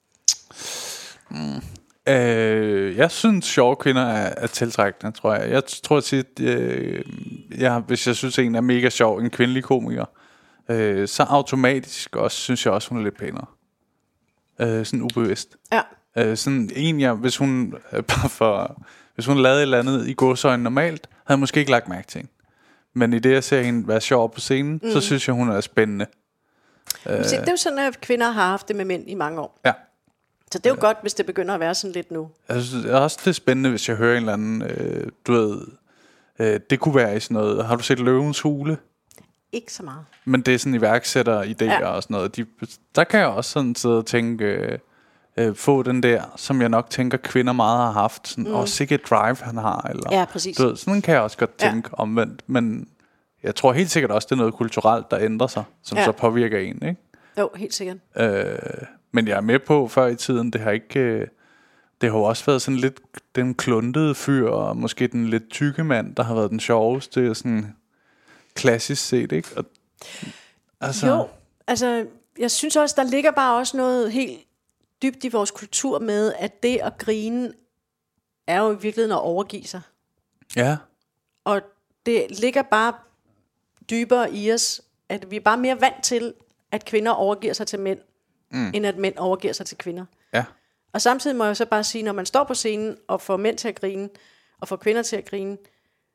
Speaker 1: Mm. Øh, jeg synes, sjove kvinder er, er tiltrækkende, tror jeg. Jeg tror tit, øh, jeg, hvis jeg synes, en er mega sjov, en kvindelig komiker, øh, så automatisk også, synes jeg også, hun er lidt pænere. Øh, sådan ubevidst.
Speaker 7: Ja.
Speaker 1: Øh, sådan en, jeg, hvis hun øh, bare for, hvis hun lavede et eller andet i gåseøjne normalt, havde jeg måske ikke lagt mærke til hende. Men i det, jeg ser hende være sjov på scenen, mm. så synes jeg, hun er spændende.
Speaker 7: Øh, Se, det er jo sådan, at kvinder har haft det med mænd i mange år.
Speaker 1: Ja.
Speaker 7: Så det er jo ja. godt, hvis det begynder at være sådan lidt nu.
Speaker 1: Jeg synes også, det er spændende, hvis jeg hører en eller anden, øh, du ved, øh, det kunne være i sådan noget, har du set Løvens Hule?
Speaker 7: Ikke så meget.
Speaker 1: Men det er sådan iværksætter-idéer ja. og sådan noget. De, der kan jeg også sådan sidde og tænke, øh, øh, få den der, som jeg nok tænker, kvinder meget har haft. Sådan, mm. og sikkert drive, han har. Eller,
Speaker 7: ja, præcis.
Speaker 1: Du ved, sådan kan jeg også godt tænke ja. omvendt. Men jeg tror helt sikkert også, det er noget kulturelt, der ændrer sig, som ja. så påvirker en, ikke?
Speaker 7: Jo, helt sikkert.
Speaker 1: Øh, men jeg er med på, før i tiden, det har ikke... Øh, det har jo også været sådan lidt den kluntede fyr, og måske den lidt tykke mand, der har været den sjoveste, sådan klassisk set, ikke? Og,
Speaker 7: altså. Jo, altså, jeg synes også, der ligger bare også noget helt dybt i vores kultur med, at det at grine er jo i virkeligheden at overgive sig.
Speaker 1: Ja.
Speaker 7: Og det ligger bare dybere i os, at vi er bare mere vant til, at kvinder overgiver sig til mænd, mm. end at mænd overgiver sig til kvinder.
Speaker 1: Ja.
Speaker 7: Og samtidig må jeg så bare sige, når man står på scenen og får mænd til at grine, og får kvinder til at grine,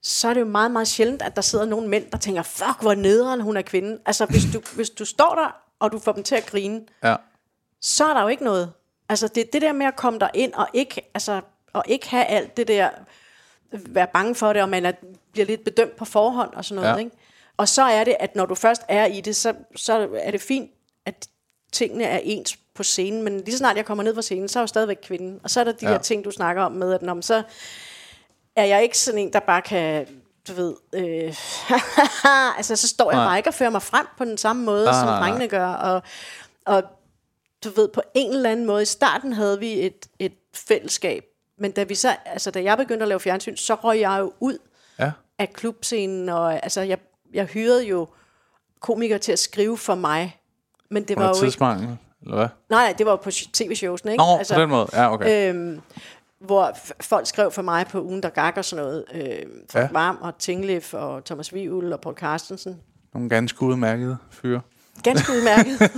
Speaker 7: så er det jo meget, meget sjældent, at der sidder nogle mænd, der tænker, fuck, hvor nederen hun er kvinde. Altså, hvis du, hvis du står der, og du får dem til at grine,
Speaker 1: ja.
Speaker 7: så er der jo ikke noget. Altså, det det der med at komme der ind og ikke, altså, og ikke have alt det der, være bange for det, og man er, bliver lidt bedømt på forhånd og sådan noget,
Speaker 1: ja.
Speaker 7: ikke? Og så er det, at når du først er i det, så, så er det fint, at tingene er ens på scenen, men lige så snart jeg kommer ned fra scenen, så er jeg jo stadigvæk kvinden. Og så er der de ja. her ting, du snakker om med, at når man så er jeg ikke sådan en, der bare kan, du ved, øh, altså så står jeg
Speaker 1: nej.
Speaker 7: bare ikke og fører mig frem på den samme måde, ah, som
Speaker 1: nej,
Speaker 7: drengene gør, og, og du ved, på en eller anden måde, i starten havde vi et, et fællesskab, men da vi så, altså da jeg begyndte at lave fjernsyn, så røg jeg jo ud
Speaker 1: ja.
Speaker 7: af klubscenen, og altså jeg, jeg hyrede jo komikere til at skrive for mig, men det var jo
Speaker 1: tidsmangel,
Speaker 7: ikke,
Speaker 1: eller hvad?
Speaker 7: Nej, det var på tv-showsene, ikke?
Speaker 1: Nå,
Speaker 7: altså,
Speaker 1: på den måde, ja, okay.
Speaker 7: Øhm, hvor f- folk skrev for mig på Ugen, der gak og sådan noget. Øh, Frank
Speaker 1: ja.
Speaker 7: Varm og Tinglef og Thomas Wivel og Poul Carstensen.
Speaker 1: Nogle ganske udmærkede fyre.
Speaker 7: Ganske udmærket.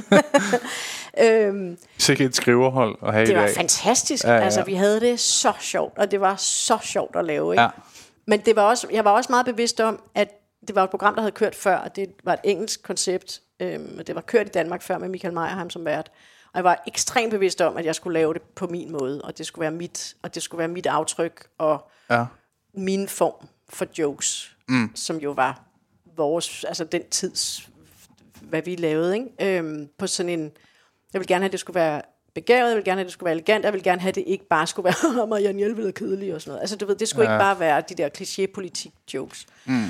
Speaker 7: øhm,
Speaker 1: Sikkert et skriverhold at have
Speaker 7: det
Speaker 1: i
Speaker 7: var
Speaker 1: dag.
Speaker 7: fantastisk.
Speaker 1: Ja, ja, ja.
Speaker 7: Altså, vi havde det så sjovt, og det var så sjovt at lave, ikke?
Speaker 1: Ja.
Speaker 7: Men det var også, jeg var også meget bevidst om, at det var et program, der havde kørt før, og det var et engelsk koncept, øhm, og det var kørt i Danmark før med Michael Meyerheim som vært. Og jeg var ekstremt bevidst om, at jeg skulle lave det på min måde, og det skulle være mit, og det skulle være mit aftryk, og
Speaker 1: ja.
Speaker 7: min form for jokes, mm. som jo var vores, altså den tids, hvad vi lavede, ikke? Øhm, på sådan en, jeg vil gerne have, at det skulle være begavet, jeg vil gerne have, at det skulle være elegant, jeg vil gerne have, at det ikke bare skulle være, Marianne Jelved er kedelig og sådan noget. Altså du ved, det skulle ja. ikke bare være de der kliché-politik-jokes. Mm.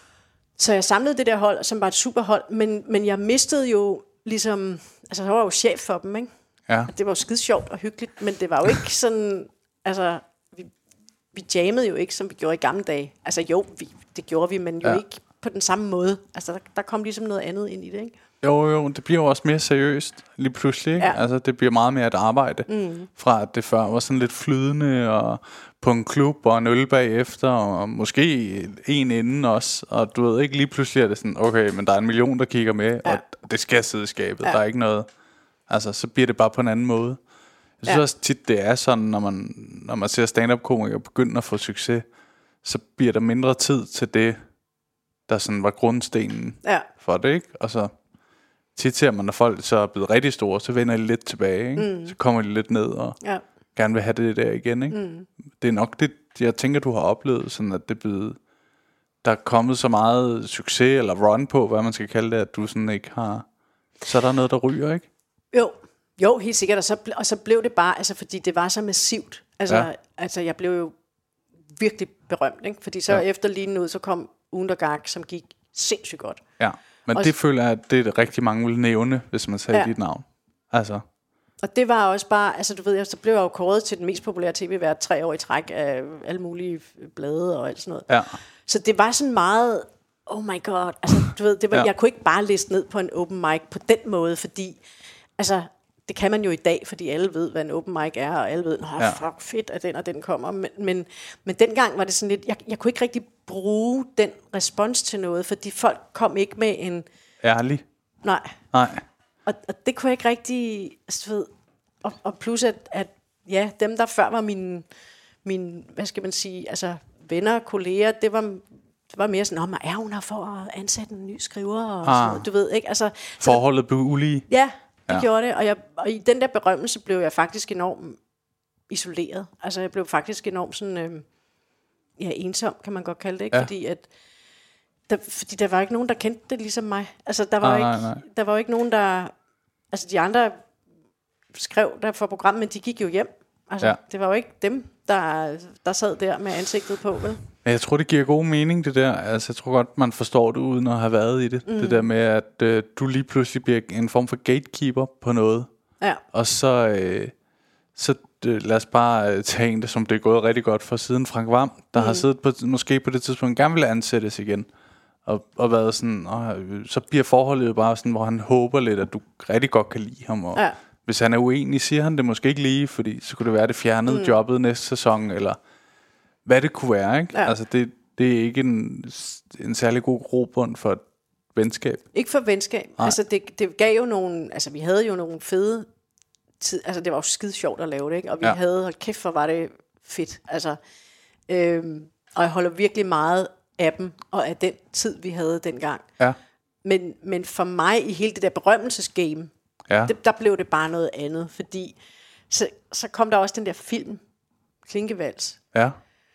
Speaker 7: Så jeg samlede det der hold, som var et superhold, men, men jeg mistede jo ligesom, altså jeg var jo chef for dem, ikke?
Speaker 1: Ja.
Speaker 7: Det var jo skide sjovt og hyggeligt, men det var jo ikke sådan, altså, vi, vi jammede jo ikke, som vi gjorde i gamle dage. Altså jo, vi, det gjorde vi, men jo ja. ikke på den samme måde. Altså der, der kom ligesom noget andet ind i det, ikke?
Speaker 1: Jo, jo, det bliver jo også mere seriøst lige pludselig, ikke? Ja. Altså det bliver meget mere et arbejde, mm. fra at det før var sådan lidt flydende, og på en klub, og en øl bagefter, og måske en inden også, og du ved ikke, lige pludselig er det sådan, okay, men der er en million, der kigger med, ja. og det skal sidde i skabet, ja. der er ikke noget, altså så bliver det bare på en anden måde. Jeg synes ja. også tit, det er sådan, når man, når man ser stand-up-komikere begynde at få succes, så bliver der mindre tid til det, der sådan var grundstenen ja. for det, ikke? Og så tit ser man, når folk så er blevet rigtig store, så vender de lidt tilbage, ikke? Mm. Så kommer de lidt ned og ja. gerne vil have det der igen, ikke? Mm. Det er nok det, jeg tænker, du har oplevet, sådan at det er blevet, der er kommet så meget succes, eller run på, hvad man skal kalde det, at du sådan ikke har, så er der noget, der ryger, ikke?
Speaker 7: Jo, jo, helt sikkert, og så, og så blev det bare, altså fordi det var så massivt, altså, ja. altså jeg blev jo virkelig berømt, ikke? Fordi så ja. efter Linen ud, så kom Ugen, der gak, som gik sindssygt godt. Ja.
Speaker 1: Men og det føler jeg, at det er rigtig mange vil nævne, hvis man sagde ja. dit navn. Altså.
Speaker 7: Og det var også bare, altså du ved, så blev jeg jo kåret til den mest populære tv-vært tre år i træk af alle mulige blade og alt sådan noget. Ja. Så det var sådan meget, oh my god, altså du ved, det var, ja. jeg kunne ikke bare liste ned på en open mic på den måde, fordi, altså det kan man jo i dag, fordi alle ved, hvad en open mic er, og alle ved, nå ja. fuck fedt, at den og den kommer. Men, men, men dengang var det sådan lidt, jeg, jeg kunne ikke rigtig bruge den respons til noget, fordi folk kom ikke med en...
Speaker 1: Ærlig?
Speaker 7: Nej.
Speaker 1: Nej.
Speaker 7: Og, og det kunne jeg ikke rigtig, altså, ved, og, og plus at, at, ja, dem der før var mine, mine, hvad skal man sige, altså venner og kolleger, det var... Det var mere sådan, er hun her for at ansætte en ny skriver, og ah. sådan noget, du ved, ikke? Altså,
Speaker 1: forholdet blev ulige?
Speaker 7: Ja, det ja. gjorde det, og, jeg, og i den der berømmelse blev jeg faktisk enormt isoleret. Altså jeg blev faktisk enormt sådan, øh, ja, ensom, kan man godt kalde det, ikke? Ja. Fordi at, der, fordi der var ikke nogen, der kendte det ligesom mig. Altså der var, ah, ikke, nej, nej. der var jo ikke nogen, der, altså de andre skrev der for programmet, men de gik jo hjem. Altså ja. det var jo ikke dem, der, der sad der med ansigtet på, vel?
Speaker 1: Jeg tror, det giver god mening, det der. Altså, jeg tror godt, man forstår det, uden at have været i det. Mm. Det der med, at øh, du lige pludselig bliver en form for gatekeeper på noget. Ja. Og så, øh, så øh, lad os bare øh, tage en det, som det er gået rigtig godt for siden Frank Varm, der mm. har siddet på, måske på det tidspunkt, gerne vil ansættes igen. Og, og været sådan, øh, så bliver forholdet jo bare sådan, hvor han håber lidt, at du rigtig godt kan lide ham. Og ja. hvis han er uenig, siger han det måske ikke lige, fordi så kunne det være, at det fjernede mm. jobbet næste sæson, eller... hvad det kunne være, ikke? Ja. Altså det, det er ikke en, en særlig god grobund for et venskab.
Speaker 7: Ikke for venskab. Nej. Altså det, det gav jo nogle, altså vi havde jo nogle fede tid, altså det var jo skide sjovt at lave det, ikke? Og vi ja. havde, hold kæft, hvor var det fedt. Altså, øhm, og jeg holder virkelig meget af dem, og af den tid, vi havde dengang.
Speaker 1: Ja.
Speaker 7: Men, men for mig, i hele det der berømmelsesgame,
Speaker 1: ja.
Speaker 7: det, der blev det bare noget andet, fordi så, så kom der også den der film, Klinkevals,
Speaker 1: ja.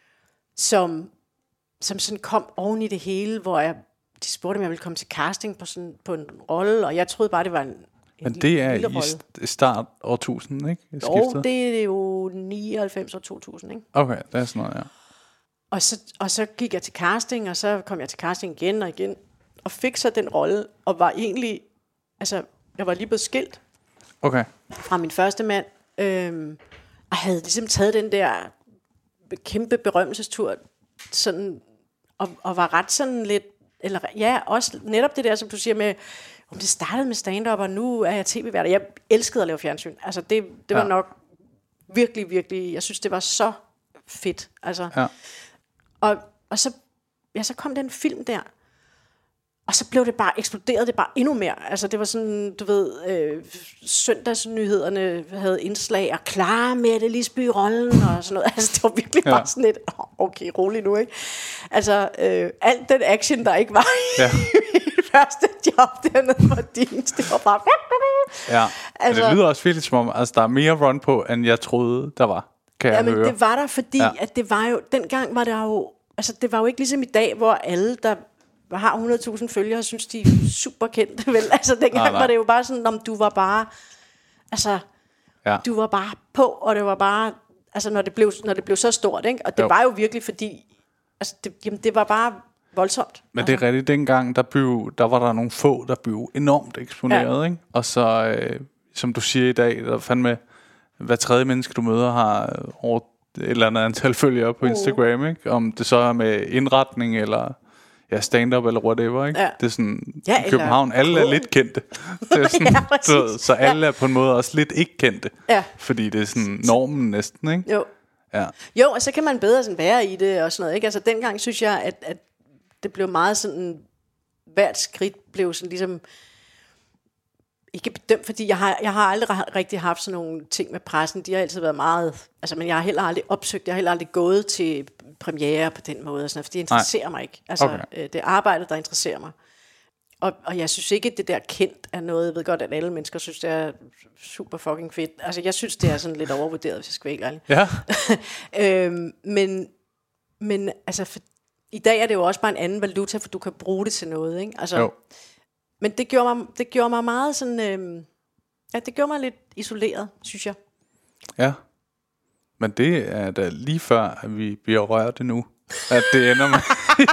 Speaker 7: som, som sådan kom oven i det hele, hvor jeg, de spurgte, om jeg ville komme til casting på, sådan, på en rolle, og jeg troede bare, det var en, en
Speaker 1: Men det er
Speaker 7: lille
Speaker 1: i start årtusind, ikke?
Speaker 7: Jo, det er jo nioghalvfems og to tusind, ikke?
Speaker 1: Okay, det er sådan noget, ja.
Speaker 7: Og så, og så gik jeg til casting, og så kom jeg til casting igen og igen, og fik så den rolle, og var egentlig, altså, jeg var lige blevet skilt
Speaker 1: okay.
Speaker 7: fra min første mand, øhm, og havde ligesom taget den der kæmpe berømmelsestur, sådan, og, og var ret sådan lidt, eller ja, også netop det der, som du siger med, om det startede med stand-up, og nu er jeg tv-vært. Jeg elskede at lave fjernsyn. Altså det, det var ja. nok virkelig, virkelig, jeg synes, det var så fedt. Altså,
Speaker 1: ja.
Speaker 7: og, og så, ja, så kom den film der, og så blev det bare, eksploderede det bare endnu mere. Altså det var sådan, du ved, øh, søndagsnyhederne havde indslag, og Clara Mette Lisby i rollen, og sådan noget. Altså det var virkelig ja. bare sådan lidt, okay, rolig nu, ikke? Altså, øh, alt den action, der ikke var ja. i første job dernede på dienst, det var bare...
Speaker 1: Ja, altså, det lyder også virkelig som om, altså der er mere run på, end jeg troede, der var, kan
Speaker 7: ja,
Speaker 1: jeg
Speaker 7: men
Speaker 1: høre.
Speaker 7: det var der, fordi
Speaker 1: ja.
Speaker 7: at det var jo, dengang var der jo, altså det var jo ikke ligesom i dag, hvor alle, der har hundrede tusind følgere, synes de er super kendte, vel? Altså dengang nej, nej. var det jo bare sådan, om du var bare, altså, ja. du var bare på, og det var bare, altså når det blev, når det blev så stort, ikke? Og det jo. var jo virkelig fordi, altså det, jamen, det var bare voldsomt.
Speaker 1: Men det er rigtigt, dengang, der, blev, der var der nogle få, der blev enormt eksponeret, ja. ikke? Og så, øh, som du siger i dag, der fandme, hver tredje menneske, du møder, har over et eller andet antal følgere på Instagram, uh. ikke? Om det så er med indretning, eller ja, stand-up, eller whatever, ikke? Ja. Det er sådan, ja, i København, alle er lidt kendte. Det er sådan, ja, så, så alle ja. er på en måde også lidt ikke kendte. Ja. Fordi det er sådan normen næsten, ikke?
Speaker 7: Jo. Ja. Jo, og så kan man bedre sådan være i det, og sådan noget, ikke? Altså dengang synes jeg, at, at det blev meget sådan, hvert skridt blev sådan ligesom, ikke bedømt, fordi jeg har, jeg har aldrig rigtig haft sådan nogle ting med pressen. De har altid været meget, altså, men jeg har heller aldrig opsøgt, jeg har heller aldrig gået til premiere på den måde, og sådan, for det interesserer Nej. mig ikke. Altså, okay. øh, det er arbejdet, der interesserer mig. Og, og jeg synes ikke, at det der kendt er noget, jeg ved godt, at alle mennesker synes, det er super fucking fedt. Altså, jeg synes, det er sådan lidt overvurderet, hvis jeg skal være ærlig.
Speaker 1: Ja.
Speaker 7: øhm, men, men altså, for, i dag er det jo også bare en anden valuta, for du kan bruge det til noget, ikke? Altså,
Speaker 1: jo.
Speaker 7: Men det gjorde mig, det gjorde mig meget sådan, øhm, ja, det gjorde mig lidt isoleret, synes jeg.
Speaker 1: Ja, men det er da lige før, at vi bliver rørt det nu, at det ender med...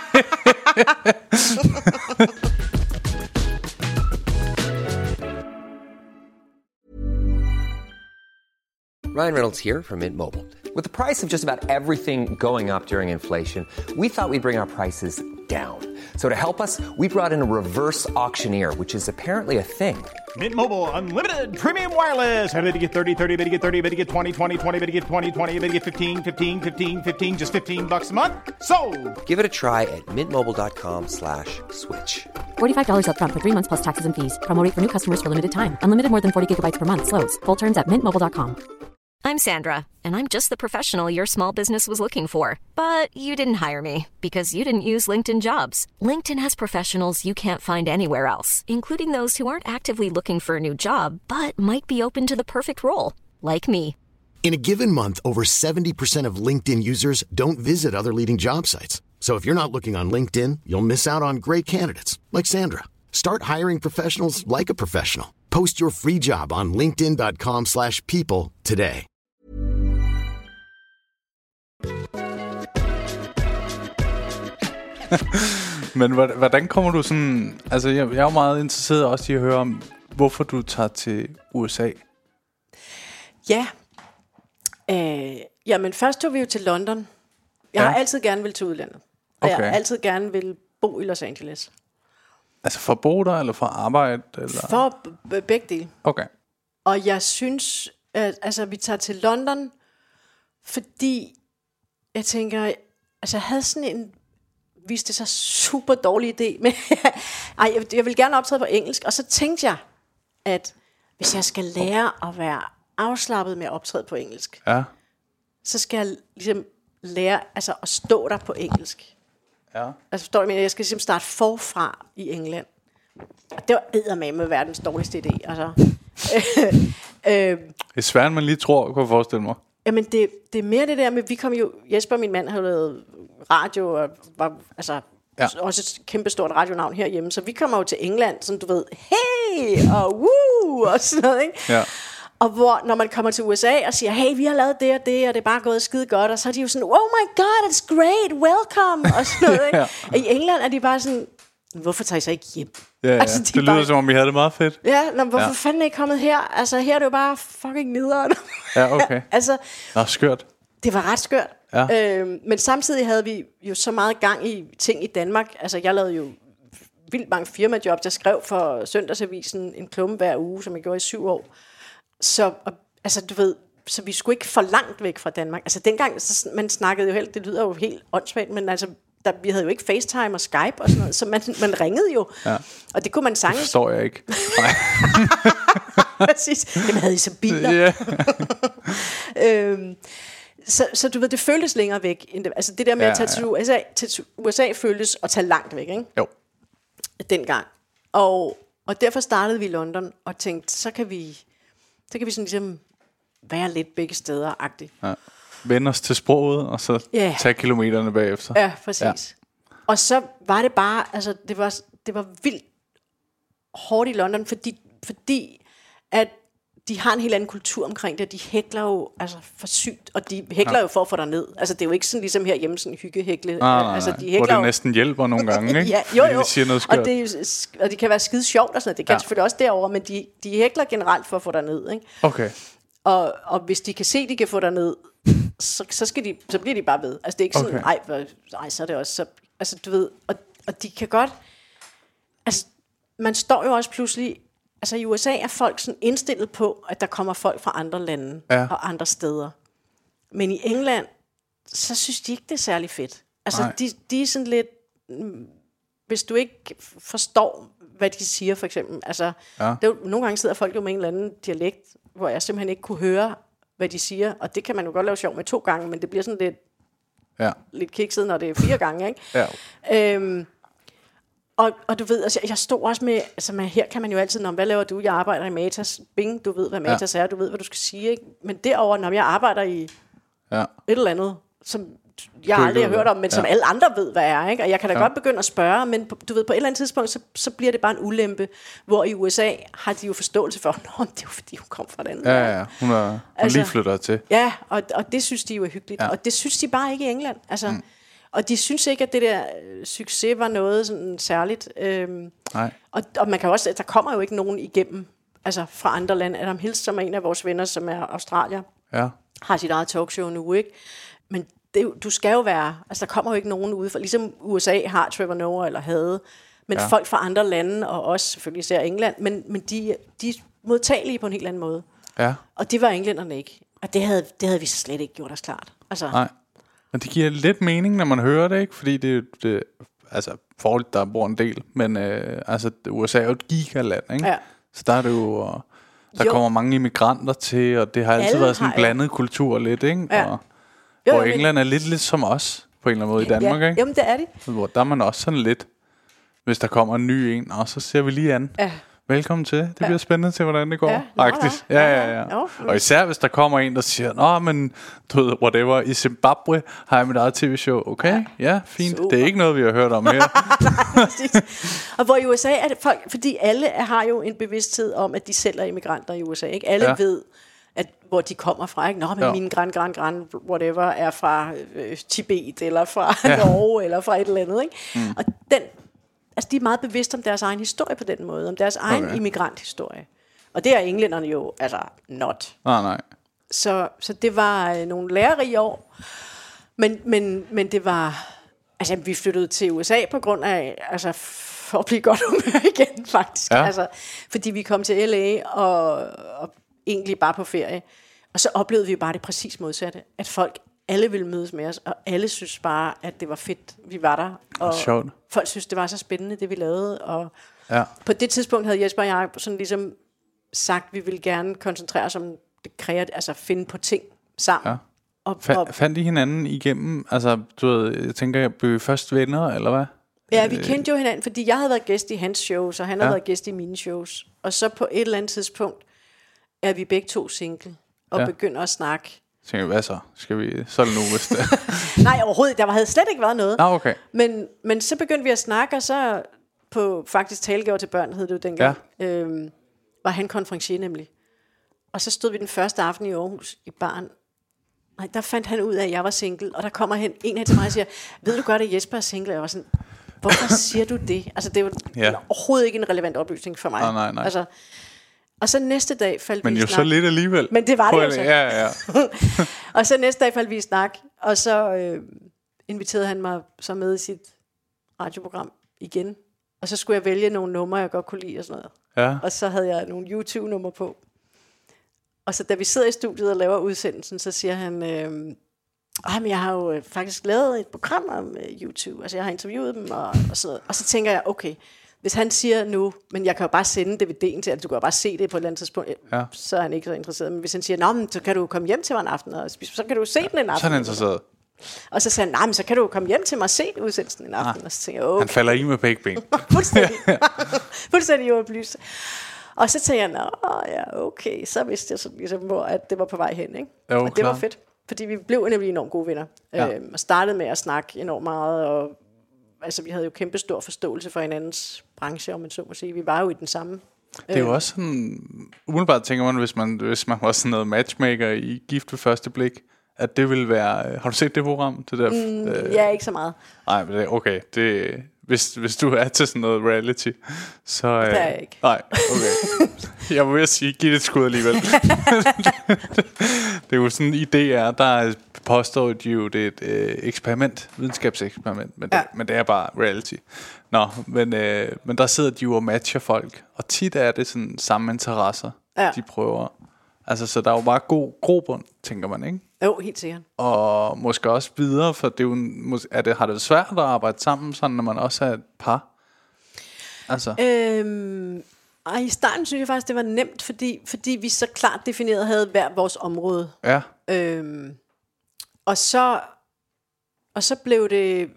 Speaker 4: Ryan Reynolds here from Mint Mobile. With the price of just about everything going up during inflation, we thought we'd bring our prices down. So to help us, we brought in a reverse auctioneer, which is apparently a thing.
Speaker 5: Mint Mobile Unlimited Premium Wireless. How to get thirty, thirty, how to get thirty, how to get twenty, twenty, twenty, how to get twenty, twenty, how to get fifteen, fifteen, fifteen, fifteen, just fifteen bucks a month? Sold!
Speaker 4: Give it a try at mintmobile.com slash switch.
Speaker 6: forty-five dollars up front for three months plus taxes and fees. Promo rate for new customers for limited time. Unlimited more than forty gigabytes per month. Slows full terms at mint mobile dot com.
Speaker 2: I'm Sandra, and I'm just the professional your small business was looking for. But you didn't hire me because you didn't use LinkedIn Jobs. LinkedIn has professionals you can't find anywhere else, including those who aren't actively looking for a new job, but might be open to the perfect role, like me.
Speaker 3: In a given month, over seventy percent of LinkedIn users don't visit other leading job sites. So if you're not looking on LinkedIn, you'll miss out on great candidates like Sandra. Start hiring professionals like a professional. Post your free job on linkedin dot com slash people today.
Speaker 1: Men hvordan kommer du sådan... Altså, jeg, jeg er jo meget interesseret også i at høre om, hvorfor du tager til U S A.
Speaker 7: Ja. Øh, jamen, først tog vi jo til London. Jeg ja. har altid gerne vil til udlandet. Og okay. jeg har altid gerne vil bo i Los Angeles.
Speaker 1: Altså for at bo der, eller for at arbejde? Eller?
Speaker 7: For b- begge dele.
Speaker 1: Okay.
Speaker 7: Og jeg synes, at altså, vi tager til London, fordi jeg tænker, altså jeg havde sådan en, viste sig super dårlig idé, men ej, jeg, jeg vil gerne optræde på engelsk, og så tænkte jeg, at hvis jeg skal lære at være afslappet med at optræde på engelsk,
Speaker 1: ja.
Speaker 7: så skal jeg ligesom lære altså, at stå der på engelsk.
Speaker 1: Ja.
Speaker 7: Altså forstår du, men jeg skal ligesom starte forfra i England. Og det var eddermame verdens dårligste idé. Altså. øh,
Speaker 1: det er svært, man lige tror, kunne jeg forestille mig.
Speaker 7: Jamen det, det er mere det der med, vi kom jo, Jesper, min mand, har lavet radio, og var altså ja. også et kæmpestort radionavn herhjemme, så vi kommer jo til England, sådan du ved, hey, og woo, og sådan noget, ikke? Ja. Og hvor, når man kommer til U S A og siger, hey, vi har lavet det og det, og det er bare gået skide godt, og så er de jo sådan, oh my god, it's great, welcome, og sådan noget, ikke? Ja. Og i England er de bare sådan, hvorfor tager I så ikke hjem?
Speaker 1: Ja, ja. Altså, de det lyder bare, som om, I havde det meget fedt.
Speaker 7: Ja, nå, hvorfor ja. fanden er I kommet her? Altså, her er det jo bare fucking nederen.
Speaker 1: Ja, okay.
Speaker 7: altså,
Speaker 1: nå, skørt.
Speaker 7: Det var ret skørt. Ja. Øhm, men samtidig havde vi jo så meget gang i ting i Danmark. Altså, jeg lavede jo vildt mange firmajobs. Jeg skrev for Søndagsavisen en klumme hver uge, som jeg gjorde i syv år. Så, og, altså, du ved, så vi skulle ikke for langt væk fra Danmark. Altså, dengang, så, man snakkede jo helt, det lyder jo helt åndssvagt, men altså, der, vi havde jo ikke FaceTime og Skype og sådan noget, så man, man ringede jo. Ja. Og det kunne man sagtens.
Speaker 1: Det forstår jeg ikke.
Speaker 7: Præcis. Jamen havde I så biler. Yeah. øhm, så, så du ved, det føltes længere væk. End det, altså det der med ja, at tage til, ja. U S A, til U S A føltes at tage langt væk, ikke?
Speaker 1: Jo.
Speaker 7: Dengang. Og, og derfor startede vi i London og tænkte, så kan vi, så kan vi sådan ligesom være lidt begge steder-agtigt.
Speaker 1: Ja. Vende os til sproget, og så yeah. tage kilometerne bagefter.
Speaker 7: Ja, præcis. Ja. Og så var det bare, altså det var, det var vildt hårdt i London, fordi, fordi at de har en helt anden kultur omkring det. De hækler jo altså for sygt, og de hækler ja. jo for at få dig ned. Altså det er jo ikke sådan ligesom herhjemme, sådan hyggehækle.
Speaker 1: Ah, nej,
Speaker 7: altså,
Speaker 1: de hækler hvor det jo næsten hjælper nogle gange, ikke?
Speaker 7: ja, jo, jo.
Speaker 1: De siger noget skørt.
Speaker 7: Og det, og det kan være skide sjovt og sådan noget. Det kan ja. selvfølgelig også derovre, men de, de hækler generelt for at få dig ned, ikke?
Speaker 1: Okay.
Speaker 7: Og, og hvis de kan se, at de kan få dig ned, så, så, skal de, så bliver de bare ved. Altså det er ikke sådan, nej, okay. nej, så er det også så, altså du ved, og, og de kan godt, altså man står jo også pludselig, altså i U S A er folk sådan indstillet på, at der kommer folk fra andre lande ja. og andre steder. Men i England, så synes de ikke, det er særlig fedt. Altså de, de er sådan lidt, hvis du ikke forstår, hvad de siger for eksempel, altså ja. det er jo, nogle gange sidder folk jo med en eller anden dialekt, hvor jeg simpelthen ikke kunne høre, hvad de siger, og det kan man jo godt lave sjov med to gange, men det bliver sådan lidt, ja. lidt kikset, når det er fire gange, ikke? Ja. Øhm, og, og du ved, altså, jeg stod også med, altså med, her kan man jo altid, når, hvad laver du? Jeg arbejder i Matas, bing, du ved, hvad Matas ja. er, du ved, hvad du skal sige, ikke? Men derover, når jeg arbejder i ja. et eller andet, som jeg aldrig har hørt om, men ja. som alle andre ved, hvad er, ikke? Og jeg kan da ja. godt begynde at spørge, men du ved, på et eller andet tidspunkt, så, så bliver det bare en ulempe, hvor i U S A har de jo forståelse for, nå, det er jo fordi, hun kom fra den.
Speaker 1: Ja, ja, ja. Hun er hun altså, lige flyttet til.
Speaker 7: Ja, og, og det synes de jo er hyggeligt, ja. og det synes de bare ikke i England. Altså, mm. Og de synes ikke, at det der øh, succes var noget sådan særligt. Øhm,
Speaker 1: Nej.
Speaker 7: Og, og man kan også, der kommer jo ikke nogen igennem, altså fra andre lande. Adam Hills, som er en af vores venner, som er australier,
Speaker 1: ja.
Speaker 7: har sit eget talkshow nu, ikke? Men det, du skal jo være, altså der kommer jo ikke nogen udefra, ligesom U S A har Trevor Noah eller havde, men ja. folk fra andre lande, og også selvfølgelig især England, men, men de, de er modtagelige på en helt anden måde.
Speaker 1: Ja.
Speaker 7: Og det var englænderne ikke. Og det havde, det havde vi slet ikke gjort os klart. Altså,
Speaker 1: Nej. Men det giver lidt mening, når man hører det, ikke? Fordi det, det altså forhold, der bor en del, men øh, altså U S A er jo et gigaland, ikke? Ja. Så der er det jo, der jo. kommer mange immigranter til, og det har altid Alle været sådan en blandet ja. kultur lidt, ikke?
Speaker 7: Ja.
Speaker 1: Og,
Speaker 7: Jo,
Speaker 1: hvor England er lidt lidt som os på en eller anden måde ja, i Danmark,
Speaker 7: ja.
Speaker 1: ikke?
Speaker 7: Jamen det er det.
Speaker 1: Hvor der er man også sådan lidt, hvis der kommer en ny en, og så ser vi lige an. Ja. Velkommen til. Det bliver ja. spændende til, hvordan det går.
Speaker 7: Ja, nå,
Speaker 1: ja, ja, ja. ja. Og især hvis der kommer en, der siger, nå, men du ved, whatever, i Zimbabwe har jeg mit eget tv-show. Okay, ja, ja fint. Super. Det er ikke noget, vi har hørt om her.
Speaker 7: Nej, og hvor i U S A er det folk, fordi alle har jo en bevidsthed om, at de selv er immigranter i U S A, ikke? Alle ja. ved, at hvor de kommer fra, ikke? Nå, men ja. min grand, grand, grand, whatever, er fra øh, Tibet, eller fra ja. Norge, eller fra et eller andet, ikke? Mm. Og den, altså de er meget bevidste om deres egen historie på den måde, om deres egen okay. immigranthistorie. Og det er englænderne jo, altså, not.
Speaker 1: Nej, nej.
Speaker 7: Så, så det var øh, nogle lærerige år, men, men, men det var, altså vi flyttede til U S A på grund af, altså for at blive godt humør igen, faktisk. Ja. Altså, fordi vi kom til L A og, og egentlig bare på ferie. Og så oplevede vi bare det præcis modsatte. At folk, alle ville mødes med os, og alle synes bare, at det var fedt, vi var der. Og
Speaker 1: sjovt.
Speaker 7: Folk synes, det var så spændende, det vi lavede. Og
Speaker 1: ja.
Speaker 7: på det tidspunkt havde Jesper og jeg sådan ligesom sagt, at vi ville gerne koncentrere os om det kreative, altså finde på ting sammen. Ja. Og,
Speaker 1: Fa-
Speaker 7: og,
Speaker 1: fandt I hinanden igennem? Altså, du ved, jeg tænker, jeg blev først venner, eller hvad?
Speaker 7: ja, vi kendte jo hinanden, fordi jeg havde været gæst i hans shows, og han havde
Speaker 1: Ja.
Speaker 7: været gæst i mine shows. Og så på et eller andet tidspunkt er vi begge to single, og
Speaker 1: Ja.
Speaker 7: begynder at snakke.
Speaker 1: Så tænker jeg, hvad så? Skal vi... Så er det nu, hvis det...
Speaker 7: Nej, overhovedet, der havde slet ikke været noget.
Speaker 1: Nå, okay.
Speaker 7: Men, men så begyndte vi at snakke, og så på faktisk talegaver til børn, hed det jo dengang, ja. øhm, var han konferencier nemlig. Og så stod vi den første aften i Aarhus i baren. Nej, der fandt han ud af, at jeg var single, og der kommer hen, en her til mig og siger, ved du godt, at Jesper er single? Og jeg var sådan, hvorfor siger du det? Altså, det er jo
Speaker 1: Ja.
Speaker 7: overhovedet ikke en relevant oplysning for mig.
Speaker 1: Nej, nej, nej.
Speaker 7: Altså, og så næste dag faldt
Speaker 1: Men
Speaker 7: vi i
Speaker 1: jo
Speaker 7: snak.
Speaker 1: så lidt alligevel.
Speaker 7: Men det var det
Speaker 1: På
Speaker 7: jo
Speaker 1: en-
Speaker 7: så.
Speaker 1: Ja, ja.
Speaker 7: Og så næste dag faldt vi i snak, og så øh, inviterede han mig så med i sit radioprogram igen. Og så skulle jeg vælge nogle numre, jeg godt kunne lide og sådan noget.
Speaker 1: Ja.
Speaker 7: Og så havde jeg nogle YouTube-numre på. Og så da vi sidder i studiet og laver udsendelsen, så siger han, øh, Ej, men jeg har jo øh, faktisk lavet et program om øh, YouTube. Altså jeg har interviewet dem og, og sådan noget. Og så tænker jeg, okay, hvis han siger nu, men jeg kan jo bare sende D V D'en til, at du kan jo bare se det på et eller andet tidspunkt,
Speaker 1: Ja.
Speaker 7: så er han ikke så interesseret. Men hvis han siger, nå, men så kan du komme hjem til mig en aften og spise, så kan du se den en aften.
Speaker 1: Så er han interesseret.
Speaker 7: Og så sagde han, nej, men så kan du komme hjem til mig og se udsendelsen en aften. Ah. Og så tænker jeg, okay.
Speaker 1: Han falder i med begge ben.
Speaker 7: Fuldstændig. Fuldstændig overbelyst. Og så tænkte jeg, nå ja, okay, så vidste jeg så ligesom, hvor at det var på vej hen. Ikke?
Speaker 1: Jo,
Speaker 7: og det var
Speaker 1: klar.
Speaker 7: fedt, fordi vi blev nemlig enormt gode venner.
Speaker 1: Ja.
Speaker 7: Øhm, og startede med at snakke enormt meget, og altså, vi havde jo kæmpe stor forståelse for hinandens branche, om man så må sige. Vi var jo i den samme.
Speaker 1: Det er jo også sådan, umiddelbart tænker man, hvis man, hvis man var sådan noget matchmaker i Gift ved første blik, at det ville være, har du set det program? Det der,
Speaker 7: Mm,
Speaker 1: øh,
Speaker 7: ja, ikke så meget.
Speaker 1: Nej, men det er okay. Det, hvis, hvis du er til sådan noget reality, så... Øh,
Speaker 7: Det er jeg ikke.
Speaker 1: Nej, okay. Jeg må ved at sige, giv det et skud alligevel. Det er jo sådan en idé, er, der påstår de jo, det er et øh, eksperiment, videnskabseksperiment, men, ja. det, men det er bare reality. Nå, men, øh, men der sidder de jo og matcher folk, og tit er det sådan samme interesser,
Speaker 7: Ja.
Speaker 1: de prøver. Altså, så der er jo bare god grobund, tænker man, ikke?
Speaker 7: Jo, helt sikkert.
Speaker 1: Og måske også videre, for det er jo, en- mås- er det, har det svært at arbejde sammen, sådan, når man også er et par? Altså,
Speaker 7: Øhm, og i starten synes jeg faktisk, det var nemt, fordi, fordi vi så klart defineret havde hver vores område.
Speaker 1: ja,
Speaker 7: Øhm, og så og så blev det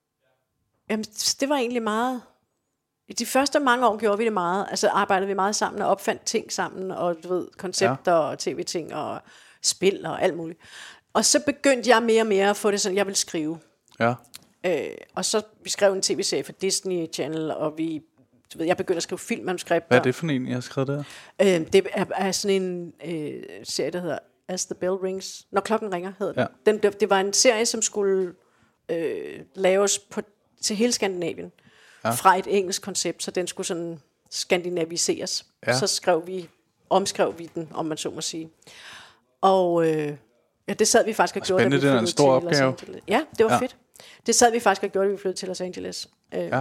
Speaker 7: jamen, det var egentlig meget i de første mange år gjorde vi det meget, altså arbejdede vi meget sammen og opfandt ting sammen, og du ved, koncepter ja. og tv-ting og spil og alt muligt. Og så begyndte jeg mere og mere at få det sådan, jeg ville skrive.
Speaker 1: ja,
Speaker 7: Øh, og så vi skrev en tv-serie for Disney Channel, og vi, du ved, jeg begyndte at skrive filmmanuskripter.
Speaker 1: hvad er det for en, jeg har skrevet der?
Speaker 7: Øh, det er, er sådan en øh, serie, der hedder As the Bell Rings. Når klokken ringer, hedder den.
Speaker 1: Ja.
Speaker 7: den det, det var en serie, som skulle øh, laves på, til hele Skandinavien. Ja. Fra et engelsk koncept, så den skulle sådan skandinaviseres.
Speaker 1: Ja.
Speaker 7: Så skrev vi, omskrev vi den, om man så må sige. Og øh, ja, det sad vi faktisk og gjorde, da vi
Speaker 1: spændende, det er en
Speaker 7: flyttede
Speaker 1: stor
Speaker 7: til Los
Speaker 1: opgave.
Speaker 7: Angeles. Ja, det var
Speaker 1: Ja.
Speaker 7: ja. fedt. Det sad vi faktisk og gjorde, da vi flyttede til Los Angeles. Øh,
Speaker 1: Ja,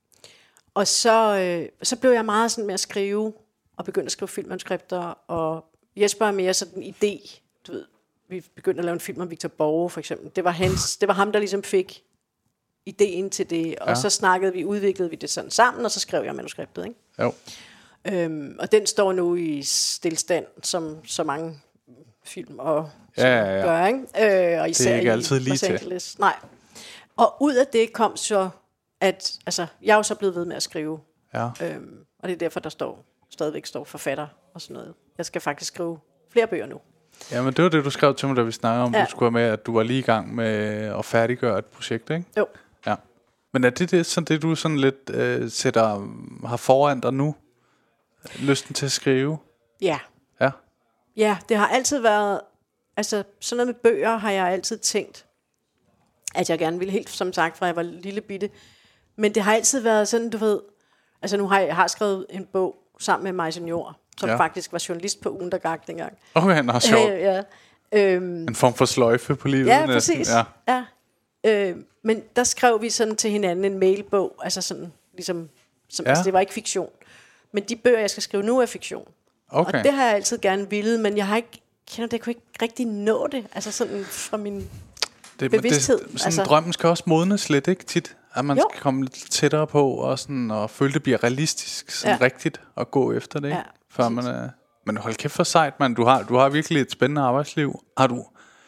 Speaker 7: og så, øh, så blev jeg meget sådan med at skrive, og begyndte at skrive filmmanuskripter, og Jesper er mere sådan en idé, du ved, vi begyndte at lave en film om Victor Borge, for eksempel. Det var, hans, det var ham, der ligesom fik ideen til det, og
Speaker 1: Ja.
Speaker 7: så snakkede vi, udviklede vi det sådan sammen, og så skrev jeg manuskriptet, ikke?
Speaker 1: jo.
Speaker 7: Øhm, og den står nu i stillstand, som så mange film og
Speaker 1: Ja, ja, ja.
Speaker 7: gør, ikke? Øh, og især
Speaker 1: ikke
Speaker 7: i
Speaker 1: altid lige
Speaker 7: Los
Speaker 1: til.
Speaker 7: Angeles. Nej. Og ud af det kom så, at altså, jeg er jo så blevet ved med at skrive,
Speaker 1: Ja.
Speaker 7: øhm, og det er derfor, der står stadigvæk står forfatter og sådan noget. Jeg skal faktisk skrive flere bøger nu.
Speaker 1: Ja, men det var det, du skrev til mig, da vi snakkede om,
Speaker 7: Ja.
Speaker 1: du skulle have med, at du var lige i gang med at færdiggøre et projekt, ikke?
Speaker 7: Jo.
Speaker 1: Ja. Men er det det, sådan det du sådan lidt øh, sætter, har foran dig nu? Lysten til at skrive?
Speaker 7: Ja.
Speaker 1: Ja.
Speaker 7: Ja, det har altid været, altså sådan noget med bøger har jeg altid tænkt, at jeg gerne ville, helt som sagt, fra jeg var lille bitte. Men det har altid været sådan, du ved, altså nu har jeg, jeg har skrevet en bog sammen med Maja Senior, som
Speaker 1: Ja.
Speaker 7: ja. faktisk var journalist på Ugen, der gak dengang.
Speaker 1: Okay, nå, sjovt.
Speaker 7: Øh, ja. Øhm,
Speaker 1: En form for sløjfe på livet
Speaker 7: ja,
Speaker 1: næsten.
Speaker 7: præcis.
Speaker 1: Ja.
Speaker 7: Ja. Øh, men der skrev vi sådan til hinanden en mailbog, altså sådan, ligesom, som,
Speaker 1: Ja.
Speaker 7: altså det var ikke fiktion. Men de bøger, jeg skal skrive nu, er fiktion.
Speaker 1: Okay.
Speaker 7: Og det har jeg altid gerne ville, men jeg har ikke, kender det, jeg kunne ikke rigtig nå det, altså sådan fra min
Speaker 1: det,
Speaker 7: bevidsthed.
Speaker 1: Det, sådan
Speaker 7: altså.
Speaker 1: drømmen skal også modnes lidt, ikke tit? At man
Speaker 7: Jo.
Speaker 1: skal komme lidt tættere på, og, sådan, og føle, det bliver realistisk, sådan
Speaker 7: Ja.
Speaker 1: rigtigt, at gå efter det, ikke?
Speaker 7: Ja,
Speaker 1: Før man er, men hold kæft for sejt, man. Du har, du har virkelig et spændende arbejdsliv. Har du,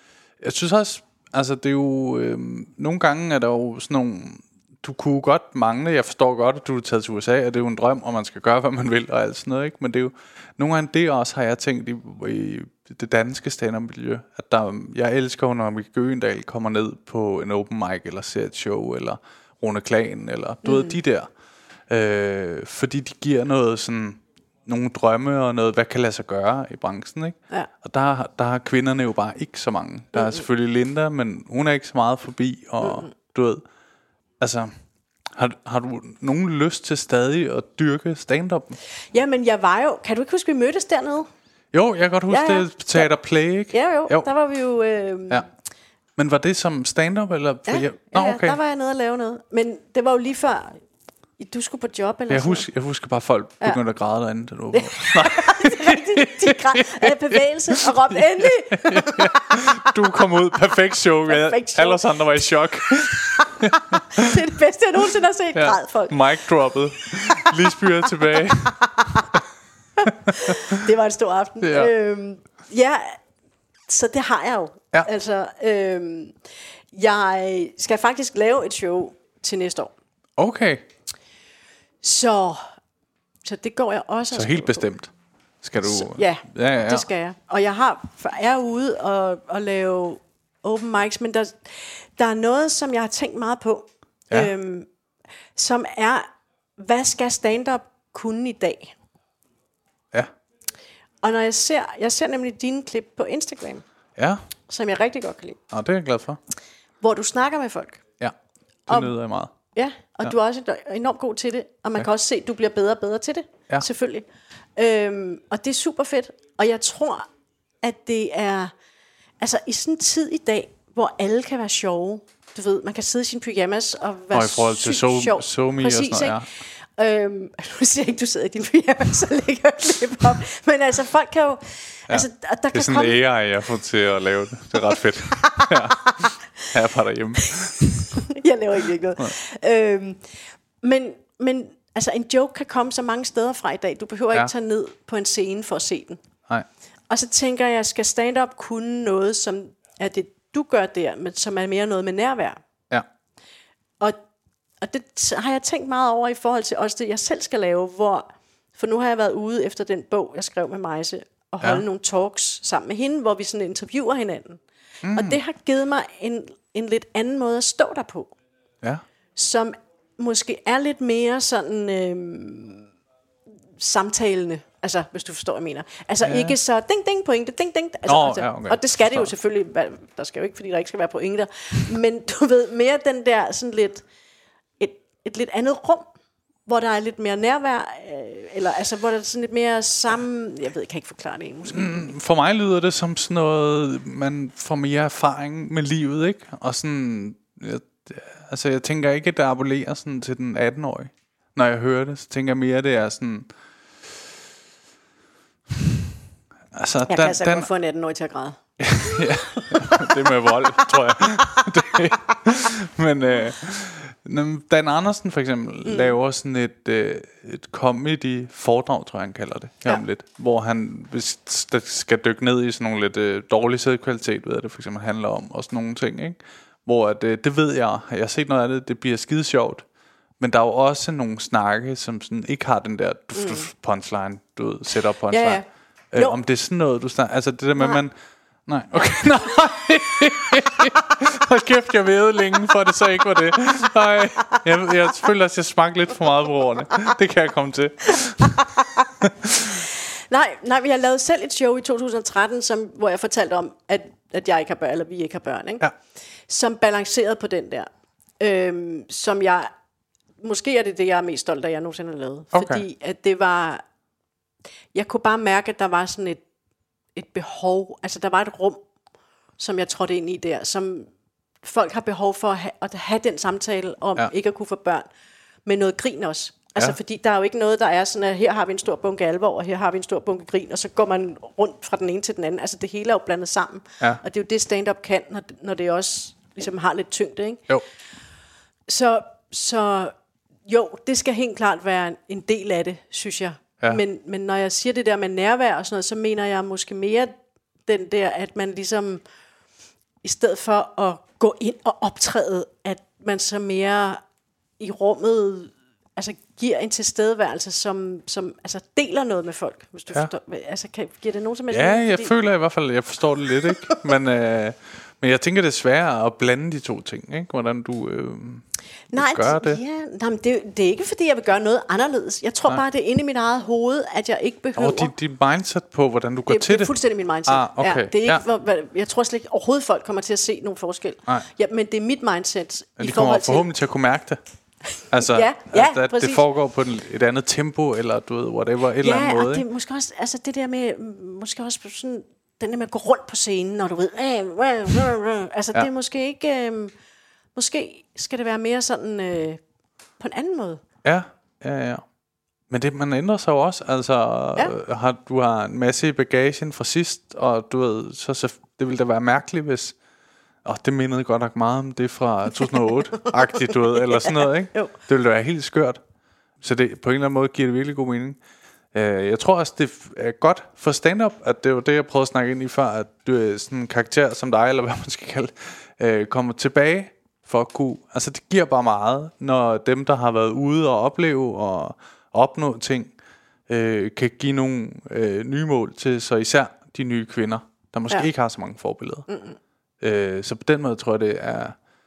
Speaker 1: Jeg synes også, altså det er jo, øh, nogle gange er der jo sådan nogle, du kunne godt mangle, jeg forstår godt, at du er taget til U S A, og det er jo en drøm, og man skal gøre, hvad man vil, og alt sådan noget, ikke? Men det er jo, nogle gange det også har jeg tænkt i, i det danske stand-up-miljø, at der, jeg elsker, når Mikke Øgendahl kommer ned på en open mic, eller ser et show, eller Rune Klan, eller du mm. ved, de der, øh, fordi de giver noget sådan, nogle drømme og noget, hvad kan lade sig gøre i branchen, ikke?
Speaker 7: Ja. Og
Speaker 1: der, der har kvinderne jo bare ikke så mange. Der mm-hmm. er selvfølgelig Linda, men hun er ikke så meget forbi, og mm-hmm. du ved, altså, har, har du nogen lyst til stadig at dyrke stand-up?
Speaker 7: Ja, men jeg var jo, kan du ikke huske, vi mødtes dernede?
Speaker 1: Jo, jeg kan godt huske
Speaker 7: ja, ja.
Speaker 1: det, Teater Play, ikke?
Speaker 7: Ja, jo, jo. Der var vi jo... Øh...
Speaker 1: Ja. Men var det som stand-up, eller?
Speaker 7: Ja,
Speaker 1: jeg...
Speaker 7: Nå,
Speaker 1: Nå, okay.
Speaker 7: Der var jeg nede og lave noget. Men det var jo lige før... Du skulle på job eller
Speaker 1: jeg
Speaker 7: sådan
Speaker 1: husker, jeg husker bare, at folk begyndte ja. at græde derinde, da du var.
Speaker 7: Det er rigtigt. De græd bevægelse og råbte endelig.
Speaker 1: Du kom ud. Perfekt show.
Speaker 7: Perfekt show.
Speaker 1: Alle os andre var i chok.
Speaker 7: Det er det bedste, jeg nogensinde har set. Ja. Græd folk.
Speaker 1: Mic droppet. Lisby er tilbage.
Speaker 7: Det var en stor aften.
Speaker 1: Ja.
Speaker 7: Øhm, ja, så det har jeg jo.
Speaker 1: Ja.
Speaker 7: Altså, øhm, jeg skal faktisk lave et show til næste år.
Speaker 1: Okay.
Speaker 7: Så, så det går jeg også.
Speaker 1: Så helt bestemt skal du. Så,
Speaker 7: ja,
Speaker 1: ja, ja, ja,
Speaker 7: det skal jeg. Og jeg har er ude og, og lave open mics, men der, der er noget, som jeg har tænkt meget på, ja. øhm, som er, hvad skal stand-up kunne i dag?
Speaker 1: Ja.
Speaker 7: Og når jeg ser, jeg ser nemlig dine klip på Instagram,
Speaker 1: ja.
Speaker 7: som jeg rigtig godt kan lide.
Speaker 1: Og det er jeg glad for.
Speaker 7: Hvor du snakker med folk.
Speaker 1: Ja, det nyder jeg meget.
Speaker 7: Ja, og ja. du er også enormt god til det, og man ja. kan også se, at du bliver bedre og bedre til det,
Speaker 1: ja.
Speaker 7: selvfølgelig. Øhm, og det er super fedt, og jeg tror, at det er, altså i sådan en tid i dag, hvor alle kan være sjove, du ved, man kan sidde i sin pyjamas og være
Speaker 1: og i forhold til
Speaker 7: sygt
Speaker 1: so,
Speaker 7: sjov.
Speaker 1: SoMe og sådan noget,
Speaker 7: ja. Øhm, nu siger jeg ikke, du sidder i din pyjamas og lægger et klip op, men altså folk kan jo,
Speaker 1: ja.
Speaker 7: altså der
Speaker 1: det er
Speaker 7: kan
Speaker 1: sådan
Speaker 7: komme...
Speaker 1: en A I, jeg får til at lave det, det er ret fedt. Ja. Her er bare derhjemme.
Speaker 7: Jeg laver ikke noget. Øhm, men, men altså en joke kan komme så mange steder fra i dag. Du behøver ja. ikke tage ned på en scene for at se den.
Speaker 1: Nej.
Speaker 7: Og så tænker jeg, skal stand-up kunne noget, som er det, du gør der, men som er mere noget med nærvær.
Speaker 1: Ja.
Speaker 7: Og, og det har jeg tænkt meget over i forhold til også det, jeg selv skal lave, hvor, for nu har jeg været ude efter den bog, jeg skrev med Majse, og holde ja. nogle talks sammen med hende, hvor vi sådan interviewer hinanden. Mm. Og det har givet mig en, en lidt anden måde at stå der på.
Speaker 1: Ja. Som
Speaker 7: måske er lidt mere sådan øhm, samtalende. Altså, hvis du forstår, hvad jeg mener. Altså ja. ikke så ding, ding, pointe, ding, ding. Altså,
Speaker 1: oh,
Speaker 7: altså,
Speaker 1: ja, okay.
Speaker 7: Og det skal det jo selvfølgelig. Der skal jo ikke, fordi der ikke skal være pointer. Men du ved, mere den der sådan lidt, et, et lidt andet rum, hvor der er lidt mere nærvær, øh, eller altså, hvor der er sådan lidt mere sammen. Jeg ved, jeg kan ikke forklare det måske.
Speaker 1: Mm, for mig lyder det som sådan noget, man får mere erfaring med livet, ikke? Og sådan, jeg, altså jeg tænker ikke, at det appellerer sådan til den atten-årige. Når jeg hører det, så tænker jeg mere, at det er sådan...
Speaker 7: Altså, jeg den, kan altså den, godt få en atten-årig til at græde.
Speaker 1: Ja, det med vold, tror jeg. det, men øh, Dan Andersen for eksempel mm. laver sådan et, øh, et comedy foredrag, tror jeg han kalder det, ja. lidt, hvor han hvis skal dykke ned i sådan nogle lidt øh, dårlig sædkvalitet, ved jeg, det for eksempel handler om, og sådan nogle ting, ikke? Hvor at, øh, det ved jeg, jeg har set noget af det, det bliver skide sjovt, men der er jo også nogle snakke, som sådan ikke har den der mm. punchline, du ved, setup punchline. Ja, ja. Øh, om det er sådan noget, du snakker, altså det der med, man... Nej, okay, nej. Hold kæft, jeg vævede længe, for det så ikke var det. Nej, jeg, jeg føler, at jeg smagte lidt for meget på ordene. Det kan jeg komme til.
Speaker 7: nej, nej, vi har lavet selv et show i to tusind og tretten, som, hvor jeg fortalte om, at, at jeg ikke har børn, eller vi ikke har børn, ikke?
Speaker 1: Ja.
Speaker 7: Som balancerede på den der. Øhm, som jeg... Måske er det det, jeg er mest stolt af, jeg nogensinde har lavet.
Speaker 1: Okay.
Speaker 7: Fordi at det var... Jeg kunne bare mærke, at der var sådan et, et behov. Altså, der var et rum, som jeg trådte ind i der, som folk har behov for at have, at have den samtale om ja. ikke at kunne få børn. Med noget grin også. Altså, ja. fordi der er jo ikke noget, der er sådan, at her har vi en stor bunke alvor, og her har vi en stor bunke grin, og så går man rundt fra den ene til den anden. Altså, det hele er jo blandet sammen.
Speaker 1: Ja.
Speaker 7: Og det er jo det, stand-up kan, når, når det også ligesom har lidt tyngde, ikke?
Speaker 1: Jo.
Speaker 7: Så, så jo, det skal helt klart være en del af det, synes jeg. Ja. Men, men når jeg siger det der med nærvær og sådan noget, så mener jeg måske mere den der, at man ligesom i stedet for at gå ind og optræde, at man så mere i rummet altså giver en tilstedeværelse, som, som altså deler noget med folk, hvis du ja. forstår. Altså, kan, giver det nogen som helst?
Speaker 1: Ja,
Speaker 7: noget,
Speaker 1: jeg
Speaker 7: fordi...
Speaker 1: føler i hvert fald, jeg forstår det lidt, ikke? Men, øh, men jeg tænker, det er sværere at blande de to ting, ikke? Hvordan du øh,
Speaker 7: nej,
Speaker 1: gør det.
Speaker 7: Ja, nej, men det, det er ikke, fordi jeg vil gøre noget anderledes. Jeg tror nej. bare, det er inde i mit eget hoved, at jeg ikke behøver...
Speaker 1: Og dit, dit mindset på, hvordan du går
Speaker 7: det,
Speaker 1: til det?
Speaker 7: Det er fuldstændig min mindset.
Speaker 1: Ah, okay.
Speaker 7: Ja, det er ikke,
Speaker 1: ja.
Speaker 7: hvor, jeg tror slet ikke overhovedet, folk kommer til at se nogen forskel. Ja, men det er mit mindset
Speaker 1: men
Speaker 7: i
Speaker 1: de kommer
Speaker 7: forhold til...
Speaker 1: forhåbentlig til at kunne mærke det. Altså,
Speaker 7: ja, ja,
Speaker 1: at, at det foregår på et andet tempo, eller du ved, whatever, et
Speaker 7: ja,
Speaker 1: eller andet måde.
Speaker 7: Ja, og det
Speaker 1: ikke?
Speaker 7: er måske også, altså det der med, måske også sådan, den der med at gå rundt på scenen, og du ved, altså ja. det er måske ikke, øh, måske skal det være mere sådan, øh, på en anden måde.
Speaker 1: Ja, ja, ja. Men det, man ændrer sig jo også, altså, ja. har, du har en masse i bagagen fra sidst, og du ved, så, så det ville da være mærkeligt, hvis, åh, det mindede godt nok meget om det fra to tusind og otte-agtigt, du ved, eller sådan noget, ikke?
Speaker 7: Jo.
Speaker 1: Det ville være helt skørt. Så det, på en eller anden måde giver det virkelig god mening. Uh, jeg tror også, det er godt for stand-up, at det var det, jeg prøvede at snakke ind i før, at du er sådan en karakter som dig, eller hvad man skal kalde uh, kommer tilbage for at kunne... Altså, det giver bare meget, når dem, der har været ude og opleve og opnå ting, uh, kan give nogle uh, nye mål til, så især de nye kvinder, der måske ja. ikke har så mange forbilleder. Mm-hmm. Øh, så på den måde tror jeg det er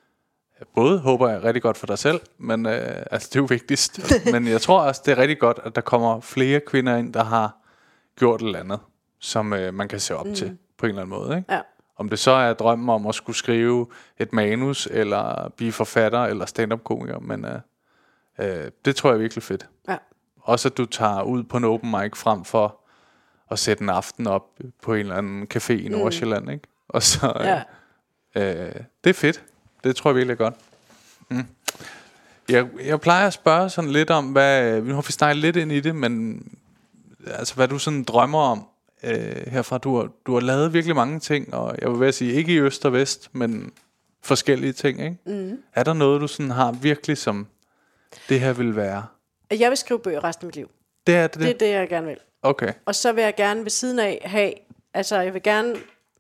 Speaker 1: både håber jeg rigtig godt for dig selv, men øh, altså det er jo vigtigst. Men jeg tror også det er rigtig godt at der kommer flere kvinder ind der har gjort et eller andet som øh, man kan se op mm. til på en eller anden måde, ikke? Ja. Om det så er drømmen om at skulle skrive et manus eller blive forfatter eller stand-up komiker, men øh, øh, det tror jeg er virkelig fedt. Ja. Også at du tager ud på en open mic frem for at sætte en aften op på en eller anden café i Nordsjælland, mm. ikke? Og så øh, ja. Øh, det er fedt. Det tror jeg virkelig er godt. Mm. Jeg, jeg plejer at spørge sådan lidt om, hvad, nu har vi snakket lidt ind i det, men altså hvad du sådan drømmer om øh, herfra. Du har, du har lavet virkelig mange ting, og jeg vil være sige, ikke i øst og vest, men forskellige ting, ikke? Mm. Er der noget, du sådan har virkelig som, det her vil være?
Speaker 7: Jeg vil skrive bøger resten af mit liv.
Speaker 1: Det er det?
Speaker 7: Det er det, jeg gerne vil.
Speaker 1: Okay.
Speaker 7: Og så vil jeg gerne ved siden af have, altså jeg vil gerne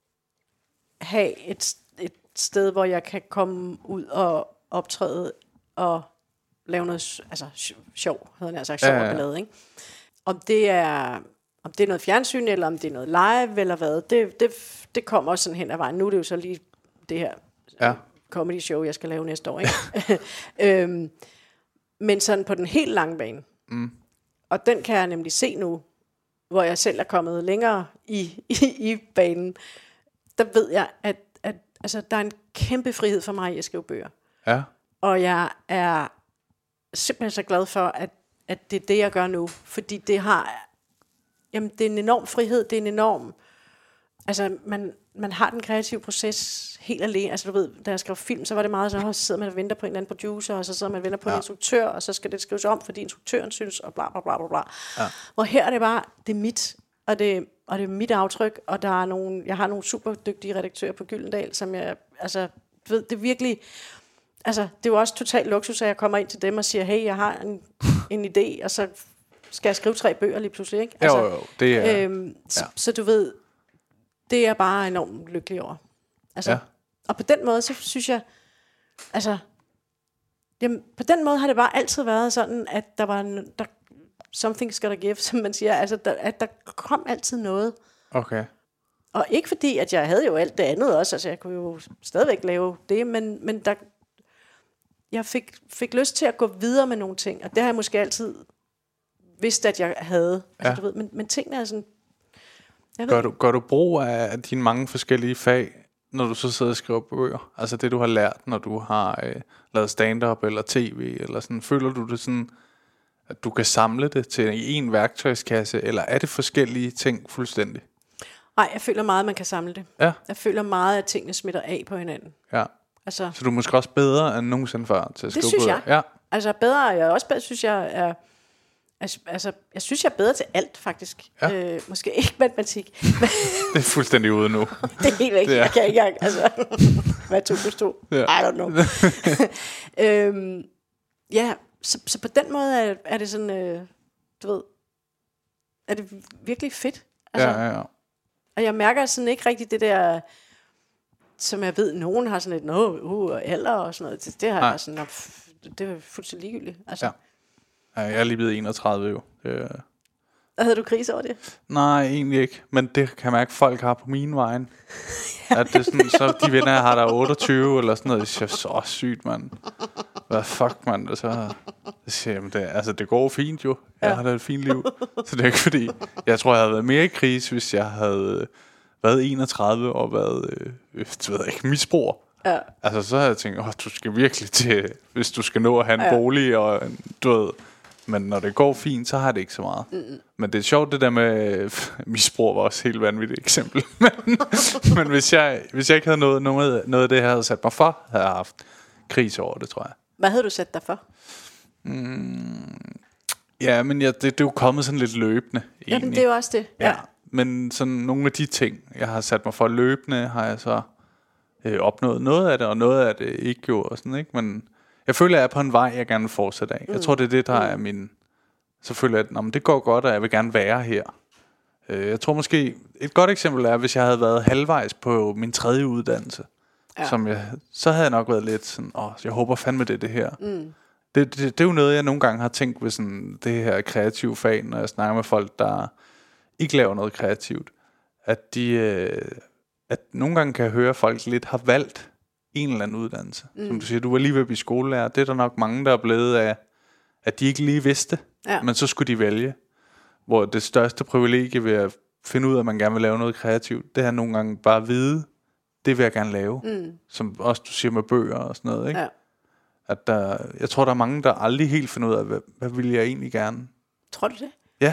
Speaker 7: have et, et sted, hvor jeg kan komme ud og optræde og lave noget, altså sjov, hedder det, altså sjov ja, ja. og ballade, ikke? Om det er, om det er noget fjernsyn, eller om det er noget live, eller hvad, det, det, det kommer også sådan hen ad vejen. Nu er det jo så lige det her ja. comedy show, jeg skal lave næste år, ikke? øhm, men sådan på den helt lange bane. Mm. Og den kan jeg nemlig se nu, hvor jeg selv er kommet længere i, i, i banen. Der ved jeg, at, at altså, der er en kæmpe frihed for mig i at skrive bøger. Ja. Og jeg er simpelthen så glad for, at, at det er det, jeg gør nu. Fordi det har, jamen, det er en enorm frihed, det er en enorm, altså man, man har den kreative proces helt alene. Altså du ved, da jeg skrev film, så var det meget så, så sidder man og venter på en eller anden producer, og så sidder man og venter på ja. en instruktør, og så skal det skrives om, fordi instruktøren synes, og bla bla bla bla bla. Ja. Hvor her er det bare, det er mit, og det, og det er mit aftryk, og der er nogle, jeg har nogle super dygtige redaktører på Gyldendal, som jeg, altså, du ved, det er virkelig, altså, det er jo også totalt luksus, at jeg kommer ind til dem og siger, hey, jeg har en, en idé, og så skal jeg skrive tre bøger lige pludselig, ikke? Altså,
Speaker 1: jo, jo, det er,
Speaker 7: øhm, ja. så, så du ved, det er jeg bare enormt lykkelig over. Altså, ja. Og på den måde, så synes jeg, altså, jamen, på den måde har det bare altid været sådan, at der var, der, something's gotta give, som man siger, altså, der, at der kom altid noget.
Speaker 1: Okay.
Speaker 7: Og ikke fordi, at jeg havde jo alt det andet også, altså jeg kunne jo stadigvæk lave det, men, men der, jeg fik, fik lyst til at gå videre med nogle ting, og det har jeg måske altid vidst, at jeg havde. Altså, ja. du ved, men, men tingene er sådan,
Speaker 1: Gør du, gør du brug af dine mange forskellige fag, når du så sidder og skriver bøger? Altså det, du har lært, når du har øh, lavet stand-up eller tv, eller sådan. Føler du det sådan, at du kan samle det til en værktøjskasse, eller er det forskellige ting fuldstændig?
Speaker 7: Nej, jeg føler meget, at man kan samle det.
Speaker 1: Ja.
Speaker 7: Jeg føler meget, at tingene smitter af på hinanden.
Speaker 1: Ja. Altså, så du er måske også bedre end nogensinde før til at skrive bøger?
Speaker 7: Det synes jeg.
Speaker 1: Ja.
Speaker 7: Altså bedre, jeg også bedre, synes jeg er... Altså, jeg synes, jeg er bedre til alt, faktisk. Ja. Øh, måske ikke matematik.
Speaker 1: Det er fuldstændig ude nu.
Speaker 7: Det er helt væk. Jeg kan ikke engang, altså, hvad to plus to? Ja. I don't know. øhm, ja, så, så på den måde er, er det sådan, øh, du ved, er det virkelig fedt. Altså,
Speaker 1: ja, ja, ja.
Speaker 7: Og jeg mærker sådan ikke rigtig det der, som jeg ved, nogen har sådan et, nå, uh, alder og sådan noget. Det, det har
Speaker 1: Nej.
Speaker 7: jeg sådan, nå, pff, det er fuldstændig ligegyldigt. Altså,
Speaker 1: Ja. Ja, jeg er lige blevet enogtredive jo. Det,
Speaker 7: havde du krise over det?
Speaker 1: nej, egentlig ikke. Men det kan jeg mærke, folk har på min vejen. At det er sådan, så de venner, jeg har, der er otteogtyve eller sådan noget. Det siger, så sygt, mand. Hvad fuck, mand. Og så det siger, jamen, det, altså, det går fint jo. Jeg ja. har da et fint liv. Så det er ikke fordi, jeg tror, jeg havde været mere i krise, hvis jeg havde været enogtredive og været, øh, det ved jeg ikke, misbruger.
Speaker 7: Ja.
Speaker 1: Altså, så havde jeg tænkt, åh, du skal virkelig til, hvis du skal nå at have en
Speaker 7: ja.
Speaker 1: bolig og en, du ved. Men når det går fint, så har det ikke så meget. Mm. Men det er sjovt, det der med misbrug var også et helt vanvittigt eksempel. men men hvis, jeg, hvis jeg ikke havde noget, noget, noget af det, jeg havde sat mig for, havde jeg haft krise over det, tror jeg.
Speaker 7: Hvad havde du sat dig for?
Speaker 1: Mm, ja, men ja, det, det er jo kommet sådan lidt løbende.
Speaker 7: Ja, men det er jo også det. Ja.
Speaker 1: Ja. Men sådan nogle af de ting, jeg har sat mig for løbende, har jeg så øh, opnået noget af det, og noget af det ikke gjort. Og sådan, ikke? Men jeg føler, at jeg er på en vej, jeg gerne vil fortsætte af. Mm. Jeg tror, det er det, der mm. er min... Så føler jeg, at det går godt, og jeg vil gerne være her. Øh, jeg tror måske... Et godt eksempel er, hvis jeg havde været halvvejs på min tredje uddannelse, ja. som jeg, så havde jeg nok været lidt sådan, åh, jeg håber fandme, det er det her. Mm. Det, det, det er jo noget, jeg nogle gange har tænkt ved sådan, det her kreative fag, når jeg snakker med folk, der ikke laver noget kreativt. At de... Øh, at nogle gange kan jeg høre, at folk lidt har valgt en eller anden uddannelse. Mm. Som du siger, du var lige ved at blive skolelærer. Det er der nok mange, der er blevet af, at de ikke lige vidste, ja. men så skulle de vælge. Hvor det største privilegie ved at finde ud af, at man gerne vil lave noget kreativt, det er nogle gange bare at vide, det vil jeg gerne lave. Mm. Som også du siger med bøger og sådan noget. Ikke? Ja. At der, jeg tror, der er mange, der aldrig helt finder ud af, hvad, hvad vil jeg egentlig gerne.
Speaker 7: Tror du det?
Speaker 1: Ja,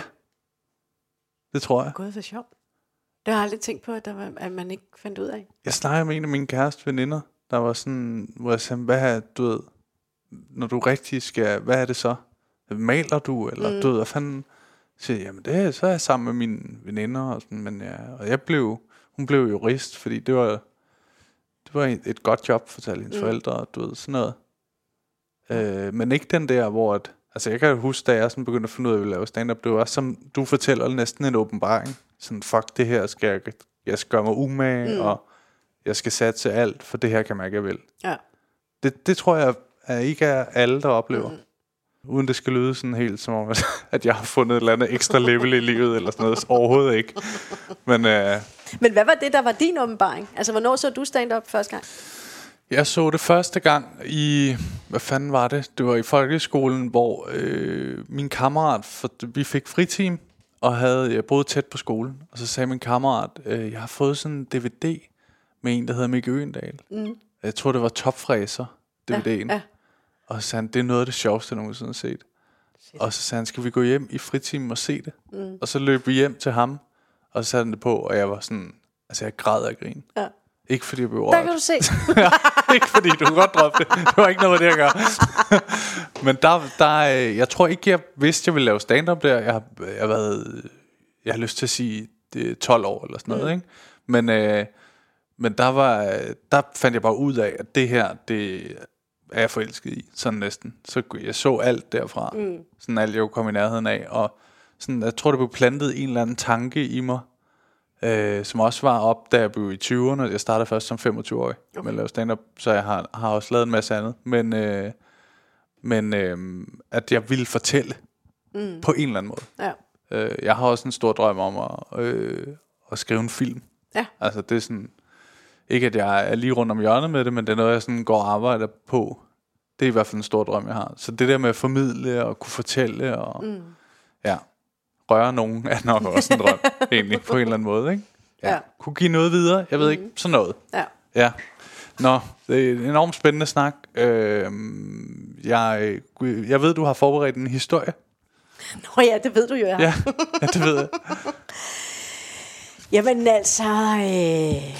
Speaker 1: det tror jeg.
Speaker 7: Gud, så sjovt. Det har jeg aldrig tænkt på, at, der var, at man ikke fandt ud af.
Speaker 1: Jeg snakker med en af mine kæreste veninder, der var sådan, hvor jeg sagde, hvad er, du ved, når du rigtig skal, hvad er det så? Maler du, eller mm. du ved, hvad fanden? Så siger jeg, jamen det er, så er jeg sammen med mine veninder, og sådan, men ja, og jeg blev, hun blev jurist, fordi det var, det var et, et godt job, fortalte hendes mm. forældre, og du ved, sådan noget. Øh, men ikke den der, hvor at, altså jeg kan huske, da jeg sådan begyndte at finde ud af, at jeg ville lave stand-up, det var som du fortæller, næsten en åbenbaring. Sådan, fuck det her, skal jeg, jeg skal gøre mig umage, mm. og jeg skal satse alt, for det her kan man ikke, jeg vil. Ja. Det, det tror jeg er ikke er alle, der oplever. Mm. Uden det skal lyde sådan helt som om, at jeg har fundet et eller andet ekstra level i livet, eller sådan noget. Overhovedet ikke. Men, øh,
Speaker 7: Men hvad var det, der var din åbenbaring? Altså, hvornår så du stand-up første gang?
Speaker 1: Jeg så det første gang i, hvad fanden var det? Det var i folkeskolen, hvor øh, min kammerat, for vi fik friteam, og havde, jeg boede tæt på skolen. Og så sagde min kammerat, øh, jeg har fået sådan en D V D med en, der hedder Mikke Øgendahl. Mm. Jeg tror, det var Topfræser, D V D'en. Ja, ja. Og så sagde han, det er noget af det sjoveste, jeg nogensinde har set. Shit. Og så sagde han, skal vi gå hjem i fritimen og se det? Mm. Og så løb vi hjem til ham, og så satte han det på, og jeg var sådan, altså jeg græd af grin. Ja. Ikke fordi jeg blev rørt.
Speaker 7: Der kan du se.
Speaker 1: Ja, ikke fordi du kunne godt droppe det. Det var ikke noget med det, jeg gør. Men der, der, jeg tror ikke, jeg vidste, jeg ville lave stand-up der. Jeg har, jeg har været, jeg har lyst til at sige, det er tolv år eller sådan noget, mm. ikke? Men, øh, men der, var, der fandt jeg bare ud af, at det her, det er jeg forelsket i, sådan næsten. Så jeg så alt derfra. Mm. Sådan alt, jeg kunne komme i nærheden af. Og sådan, jeg tror, det blev plantet en eller anden tanke i mig, Øh, som også var op, da jeg blev i tyverne. Jeg startede først som femogtyve-årig okay. med at lave stand-up, så jeg har, har også lavet en masse andet. Men, øh, men øh, at jeg ville fortælle mm. på en eller anden måde. Ja. Øh, jeg har også en stor drøm om at, øh, at skrive en film. Ja. Altså det er sådan, ikke at jeg er lige rundt om hjørnet med det, men det er noget, jeg sådan går og arbejder på. Det er i hvert fald en stor drøm, jeg har. Så det der med at formidle og kunne fortælle og mm. ja. røre nogen er nok også en drøm, egentlig, på en eller anden måde, ikke? Ja. Ja. Kunne give noget videre, jeg ved ikke, sådan noget. Ja. Ja. Nå, det er en enormt spændende snak. Øh, jeg, jeg ved, du har forberedt en historie.
Speaker 7: Nå ja, det ved du jo, jeg har.
Speaker 1: Ja, ja det ved jeg.
Speaker 7: Jamen altså... Øh...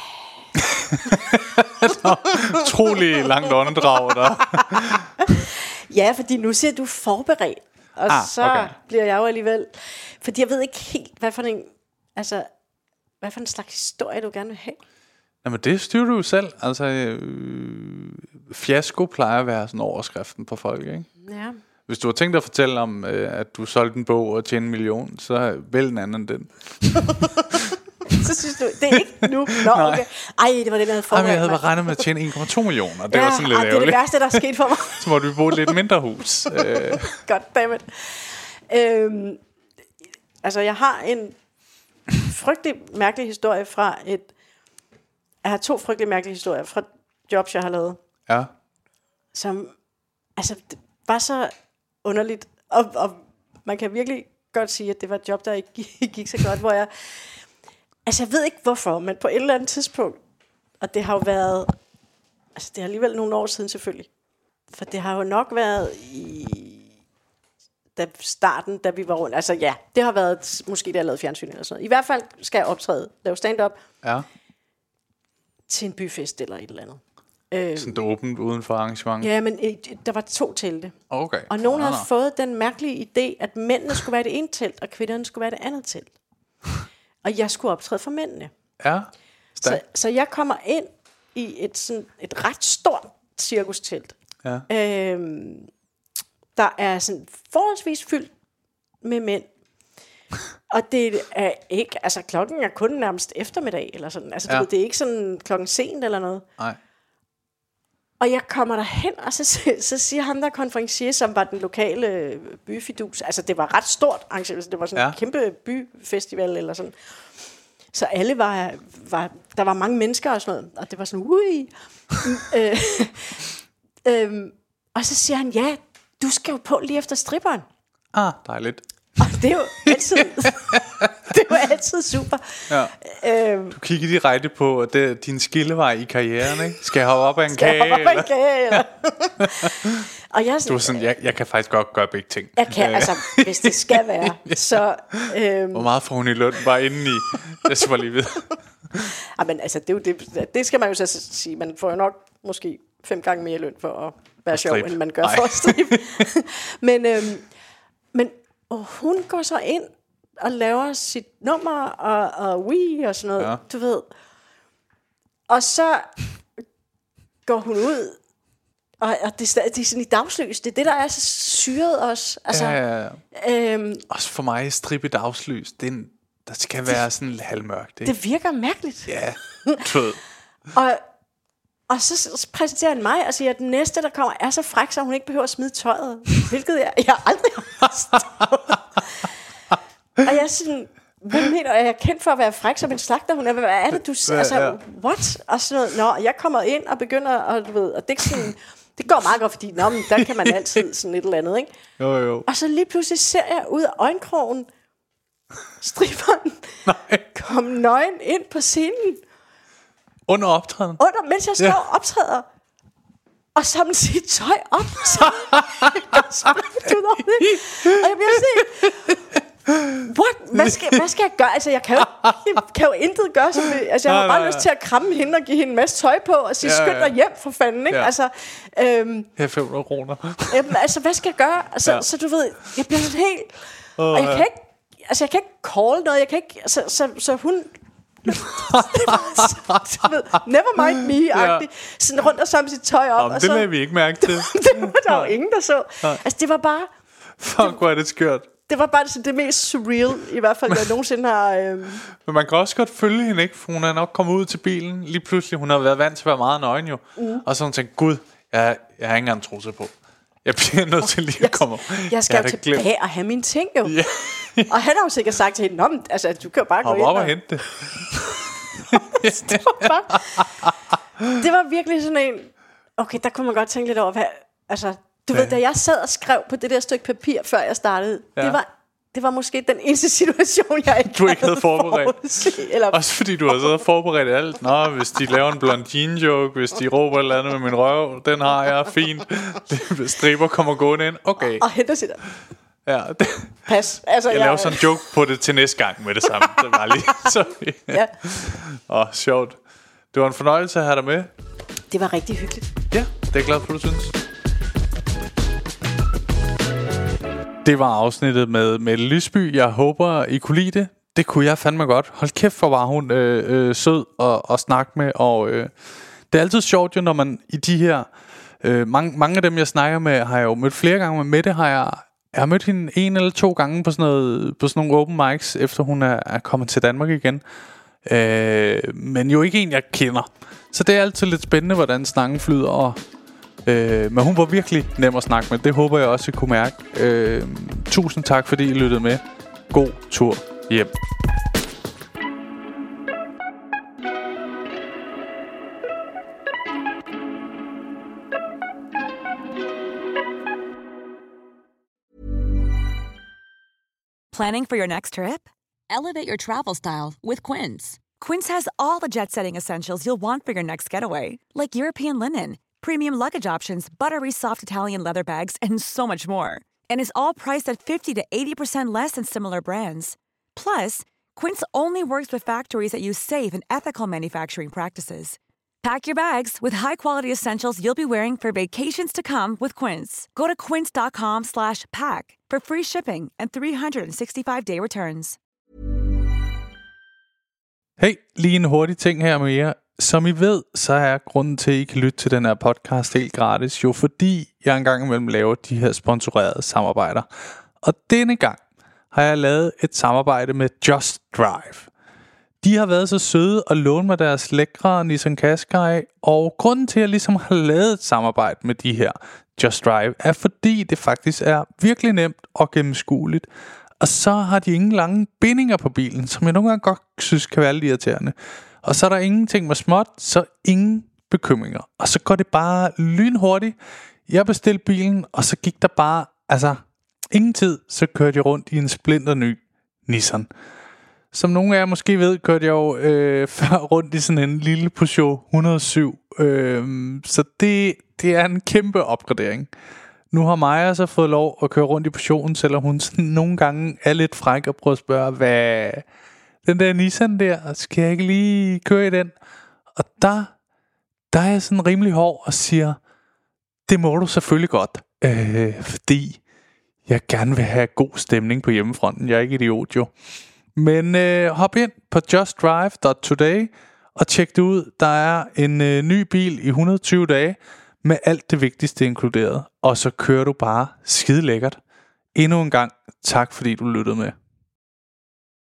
Speaker 1: Nå, utrolig langt åndedrag der.
Speaker 7: Ja, fordi nu siger du forberedt. Og ah, så okay. bliver jeg jo alligevel, fordi jeg ved ikke helt, hvad for en, altså, hvad for en slags historie du gerne vil have.
Speaker 1: Jamen det styrer du jo selv. Altså øh, fiasko plejer at være sådan overskriften på folk, ikke? Ja. Hvis du har tænkt dig at fortælle om, øh, at du solgte en bog og tjente en million, så vælg en anden den.
Speaker 7: Så synes du, det er ikke nu. Nå, okay. Ej, det var det, jeg havde forberedt.
Speaker 1: Jeg havde bare regnet med at tjene en komma to millioner. Det
Speaker 7: ja,
Speaker 1: var sådan lidt ærgerligt.
Speaker 7: Det er det værste, der er sket for mig.
Speaker 1: Så måtte vi bo i et lidt mindre hus.
Speaker 7: Goddammit. Øhm, altså, jeg har en frygtelig mærkelig historie fra et... Jeg har to frygtelig mærkelige historier fra jobs, jeg har lavet.
Speaker 1: Ja.
Speaker 7: Som altså, det var så underligt. Og, og man kan virkelig godt sige, at det var et job, der ikke gik så godt, hvor jeg... Altså, jeg ved ikke hvorfor, men på et eller andet tidspunkt, og det har jo været... Altså, det er alligevel nogle år siden selvfølgelig. For det har jo nok været i... Da starten, da vi var rundt. Altså, ja, det har været måske, da jeg lavede fjernsyn eller sådan noget. I hvert fald skal jeg optræde, lave stand-up.
Speaker 1: Ja.
Speaker 7: Til en byfest eller et eller andet.
Speaker 1: Sådan det åbent uden for arrangement?
Speaker 7: Ja, men øh, der var to telte.
Speaker 1: Okay.
Speaker 7: Og nogen
Speaker 1: ah,
Speaker 7: havde
Speaker 1: no.
Speaker 7: fået den mærkelige idé, at mændene skulle være det ene telt, og kvinderne skulle være det andet telt. Og jeg skulle optræde for mændene.
Speaker 1: Ja,
Speaker 7: så, så jeg kommer ind i et, sådan, et ret stort cirkustelt.
Speaker 1: Ja.
Speaker 7: Øhm, der er sådan forholdsvis fyldt med mænd. Og det er ikke, altså klokken er kun nærmest eftermiddag, eller sådan. Altså, ja. ved, det er ikke sådan klokken sent eller noget.
Speaker 1: Nej.
Speaker 7: Og jeg kommer derhen, og så, så siger ham der konferencier, som var den lokale byfidus. Altså, det var ret stort arrangement. Det var sådan ja. en kæmpe byfestival, eller sådan. Så alle var, var, der var mange mennesker og sådan noget. Og det var sådan, ui. øh, øh, og så siger han, ja, du skal jo på lige efter stripperen.
Speaker 1: Ah, dejligt.
Speaker 7: Og det er jo altid, det er jo altid super.
Speaker 1: Ja. Øhm, du kigger direkte på det, din skillevej i karrieren, ikke? Skal jeg hoppe op af en kage?
Speaker 7: Skal jeg hoppe af en kage, eller? Og jeg,
Speaker 1: du er sådan, jeg, jeg kan faktisk godt gøre begge ting.
Speaker 7: Jeg kan, altså, hvis det skal være. Så, øhm,
Speaker 1: hvor meget får hun i løn bare indeni? Det skal lige vide.
Speaker 7: Ja, men altså, det, er jo det, det skal man jo så sige. Man får jo nok måske fem gange mere løn for at være sjov, end man gør Ej. for at stribe. men, øhm, men og hun går så ind og laver sit nummer og, og we og sådan noget, ja. du ved. Og så går hun ud, og, og det, det er sådan i dagslys. Det er det, der er så syret også. Altså,
Speaker 1: ja, ja,
Speaker 7: ja. Øhm,
Speaker 1: også for mig strip i dagslys, det er en, der skal være sådan lidt halvmørkt. Ikke?
Speaker 7: Det virker mærkeligt.
Speaker 1: Ja, du ved.
Speaker 7: og, og så præsenterer han mig og siger, at den næste, der kommer, er så fræk, så hun ikke behøver at smide tøjet. Hvilket jeg, jeg aldrig har forstået. Og jeg er sådan, hvad mener jeg er kendt for at være fræk som en slagter? Hun er, hvad er det, du siger? Altså, what? Og sådan noget. Nå, jeg kommer ind og begynder, og du ved, og det er sådan, det går meget godt, fordi, nå, men der kan man altid sådan et eller andet, ikke?
Speaker 1: Jo, jo.
Speaker 7: Og så lige pludselig ser jeg ud af øjenkrogen, stripperen kom nøgen ind på scenen.
Speaker 1: Under optræden?
Speaker 7: Under, mens jeg står ja. og optræder. Og samle sit tøj op. Så og jeg bliver sådan, what? Hvad skal, hvad skal jeg gøre? Altså, jeg kan jo, jeg kan jo intet gøre. Som, altså, jeg har bare lyst til at kramme hende og give hende en masse tøj på og sige, ja, ja. skynd dig hjem for fanden, ikke? Ja. Altså, øhm,
Speaker 1: her fem hundrede kroner.
Speaker 7: Jamen, altså, hvad skal jeg gøre? Altså, ja. Så du ved, jeg bliver sådan helt... Oh, og jeg kan ikke, altså, jeg kan ikke call noget. Jeg kan ikke, så, så, så hun... never mind me-agtigt. Ja. Sådan rundt og samle sit tøj op.
Speaker 1: Jamen,
Speaker 7: og
Speaker 1: det
Speaker 7: så,
Speaker 1: lagde vi ikke mærke til.
Speaker 7: det var der jo ingen, der så. Nej. Altså, det var bare...
Speaker 1: Fuck, hvor er det skørt.
Speaker 7: Det var bare det, det mest surreal, i hvert fald, jeg nogensinde har... Øhm...
Speaker 1: Men man kan også godt følge hende, ikke? For hun er nok kommet ud til bilen. Lige pludselig, hun har været vant til at være meget nøgen jo. Mm. Og så hun tænkte, gud, jeg, jeg har ikke engang trusser på. Jeg bliver nødt til lige at komme op.
Speaker 7: Jeg skal jeg jo tilbage glemt. og have mine ting jo. Yeah. Og han har jo sikkert sagt til hende, nå, men, altså, du kan jo bare gå
Speaker 1: Hop
Speaker 7: ind
Speaker 1: op og,
Speaker 7: og
Speaker 1: hente det.
Speaker 7: det, var bare, det var virkelig sådan en, okay, der kunne man godt tænke lidt over, hvad, altså, du ja. ved, da jeg sad og skrev på det der stykke papir, før jeg startede, ja. det var... Det var måske den eneste situation, jeg ikke,
Speaker 1: du ikke havde forberedt. Eller... Også fordi du havde siddet og forberedt alt. Nå, hvis de laver en blondine joke, hvis de råber et eller andet med min røv, den har jeg, fint. Striber kommer gående ind, okay.
Speaker 7: Og henter sig der.
Speaker 1: Ja, det...
Speaker 7: Pas. Altså,
Speaker 1: jeg, jeg laver sådan en joke på det til næste gang med det samme. Det var lige så ja. Åh, oh, sjovt. Det var en fornøjelse at have dig med.
Speaker 7: Det var rigtig hyggeligt.
Speaker 1: Ja, det er jeg glad for, du synes. Det var afsnittet med Mette Lisby. Jeg håber, I kunne lide det. Det kunne jeg fandme godt. Hold kæft, for var hun øh, øh, sød og, og snakke med. Og øh, det er altid sjovt jo, når man i de her... Øh, mange, mange af dem, jeg snakker med, har jeg jo mødt flere gange. Med Mette har jeg... Jeg har mødt hende en eller to gange på sådan, noget, på sådan nogle open mics, efter hun er, er kommet til Danmark igen. øh, men jo ikke en, jeg kender. Så det er altid lidt spændende, hvordan snakken flyder. Og, øh, men hun var virkelig nem at snakke med. Det håber jeg også, I kunne mærke. øh, Tusind tak, fordi I lyttede med. God tur hjem.
Speaker 8: Planning for your next trip? Elevate your travel style with Quince. Quince has all the jet-setting essentials you'll want for your next getaway, like European linen, premium luggage options, buttery soft Italian leather bags, and so much more. And is all priced at fifty to eighty percent less than similar brands. Plus, Quince only works with factories that use safe and ethical manufacturing practices. Pack your bags with high-quality essentials you'll be wearing for vacations to come with Quince. Go to quince.com slash pack for free shipping and three sixty-five day returns.
Speaker 1: Hey, lige en hurtig ting her med jer. Som I ved, så er grunden til, at I kan lytte til den her podcast helt gratis, jo fordi jeg engang imellem laver de her sponsorerede samarbejder. Og denne gang har jeg lavet et samarbejde med Just Drive. De har været så søde at låne mig deres lækre Nissan Qashqai, og grunden til, at jeg ligesom har lavet et samarbejde med de her Just Drive, er fordi det faktisk er virkelig nemt og gennemskueligt. Og så har de ingen lange bindinger på bilen, som jeg nogle gange godt synes kan være lidt irriterende. Og så er der ingenting med småt, så ingen bekymringer. Og så går det bare lynhurtigt. Jeg bestilte bilen, og så gik der bare, altså ingen tid, så kørte jeg rundt i en splinter ny Nissan. Som nogle af jer måske ved, kørte jeg jo øh, før rundt i sådan en lille Peugeot et hundrede og syv. Øh, så det, det er en kæmpe opgradering. Nu har Maja så fået lov at køre rundt i Peugeoten, selvom hun sådan nogle gange er lidt fræk og prøver at spørge, hvad den der Nissan der, skal jeg ikke lige køre i den? Og der, der er jeg sådan rimelig hård og siger, det må du selvfølgelig godt, øh, fordi jeg gerne vil have god stemning på hjemmefronten. Jeg er ikke idiot jo. Men øh, hop ind på just drive dot today og tjek det ud. Der er en øh, ny bil i et hundrede og tyve dage med alt det vigtigste inkluderet. Og så kører du bare skide lækkert. Endnu en gang tak fordi du lyttede med.